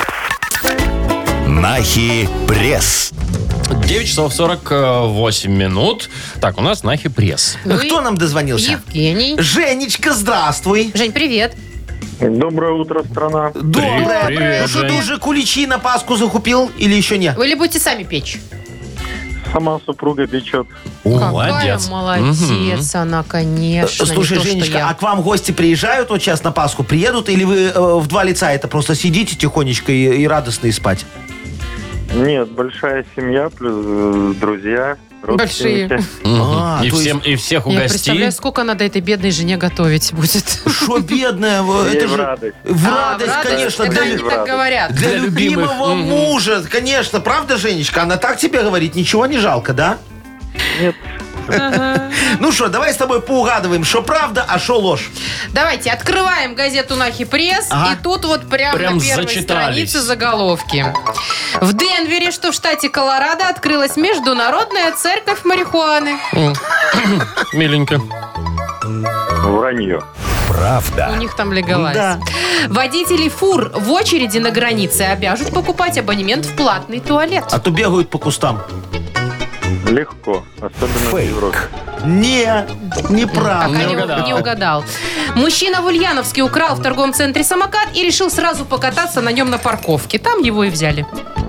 Нахи Пресс. девять часов сорок восемь минут. Так, у нас Нахи Пресс. Ну и Кто нам дозвонился? Евгений. Женечка, здравствуй. Жень, привет. Доброе утро, страна. Доброе. Привет, Ну что, ты Жень. уже куличи на Пасху закупил или еще не? Вы или будете сами печь? Сама супруга печет. Молодец. Какая молодец она, конечно. Слушай, не то, что Женечка, я. а к вам гости приезжают вот сейчас на Пасху? Приедут или вы э, в два лица это просто сидите тихонечко и, и радостно и спать? Нет, большая семья, плюс э, друзья, Большие. родственники. Мгм. А, и, то всем, и всех Я угостить. представляю, сколько надо этой бедной жене готовить будет. Что бедная? в- Ей Это в же радость. в А, радость, в радость? конечно. Это Для, они в так радость. говорят. для Для любимых. любимого Мгм. мужа, конечно. Правда, Женечка? Она так тебе говорит? Ничего не жалко, да? Нет, Ну что, давай с тобой поугадываем, что правда, а что ложь. Давайте открываем газету «Нахи Пресс», Ага. и тут вот прямо Прям на первой зачитались. странице заголовки. В Денвере, что в штате Колорадо, открылась международная церковь марихуаны. Миленько. вранье. У Правда. них там легалайз. Да. Водителей фур в очереди на границе обяжут покупать абонемент в платный туалет. А то бегают по кустам. Легко, особенно в Фейк. Европе. Не, неправда. Пока Не не, угадал. не угадал. Мужчина в Ульяновске украл в торговом центре самокат и решил сразу покататься на нем на парковке. Там его и взяли.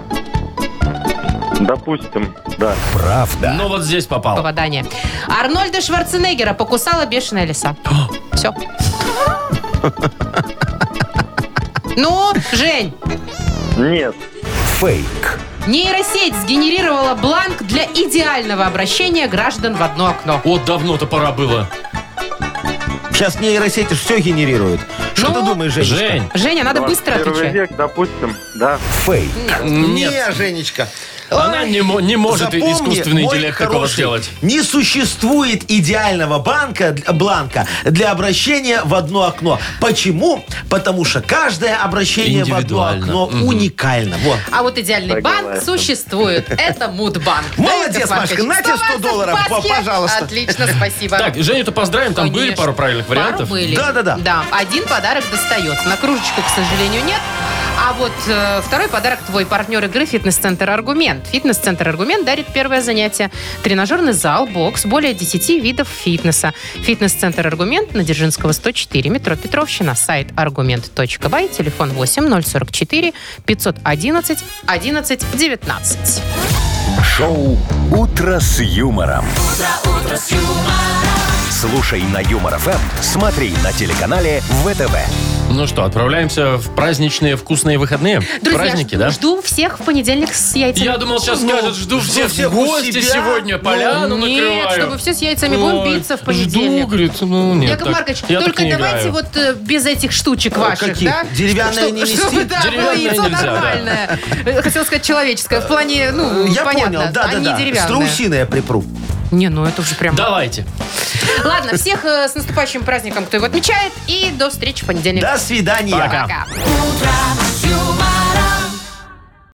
Допустим, да. Правда. Ну вот здесь попал. Попадание. Арнольда Шварценеггера покусала бешеная лиса. Все. Ну, Жень, Нет, Фейк. нейросеть сгенерировала бланк для идеального обращения граждан в одно окно. Вот давно-то пора было. Сейчас нейросети все генерируют. Что Ну, ты думаешь, Женечка? Жень. Женя, надо быстро Первый отвечать. век, допустим, да. Фейк. Нет. Не, Женечка. Она не, мо- не может Запомни, искусственный мой интеллект такого хороший, сделать. Не существует идеального банка, бланка для обращения в одно окно. Почему? Потому что каждое обращение в одно Индивидуально. окно Мгм. уникально. Вот. А вот идеальный Согласен. банк существует. Это Мудбанк. Молодец, Да, Яков Машка, Маркович? на тебе сто Сто долларов, баксов в Пасхе. пожалуйста. Отлично, спасибо. Так, Женю-то поздравим, там были Конечно. пару правильных Пару вариантов. были. Да-да-да. Да, один подарок достается. На кружечку, к сожалению, нет. А вот э, второй подарок твой партнер игры «Фитнес-центр Аргумент». «Фитнес-центр Аргумент» дарит первое занятие. Тренажерный зал, бокс, более десяти видов фитнеса. «Фитнес-центр Аргумент» на Дзержинского, сто четыре, метро Петровщина, сайт аргумент точка бай, телефон восемь ноль сорок четыре пятьсот одиннадцать одиннадцать девятнадцать. Шоу «Утро с юмором». Слушай на Юмор ФМ, смотри на телеканале ВТВ. Ну что, отправляемся в праздничные вкусные выходные? Друзья, Праздники, жду, да? жду всех в понедельник с яйцами. Я думал, сейчас Ну, скажет, жду жду всех, всех в у гости себя. сегодня, поляну Нет, накрываю. чтобы все с яйцами будем Ой, биться в понедельник. Жду, говорит, ну нет. Яков так- Маркович, я так только не давайте играю. вот э, без этих штучек А, ваших, каких? да? Деревянное Чтоб- не нести? Чтобы, да, было Деревянное яйцо нельзя, да. нормальное. Э, Хотела сказать человеческое. В плане, ну, Я понятно, понял, а не да-да-да. деревянное. Страусиное я припру. Не, ну это уже прям... Давайте. Ладно, всех э, с наступающим праздником, кто его отмечает. И до встречи в понедельник. До свидания. Пока. Пока. Утро с юмором.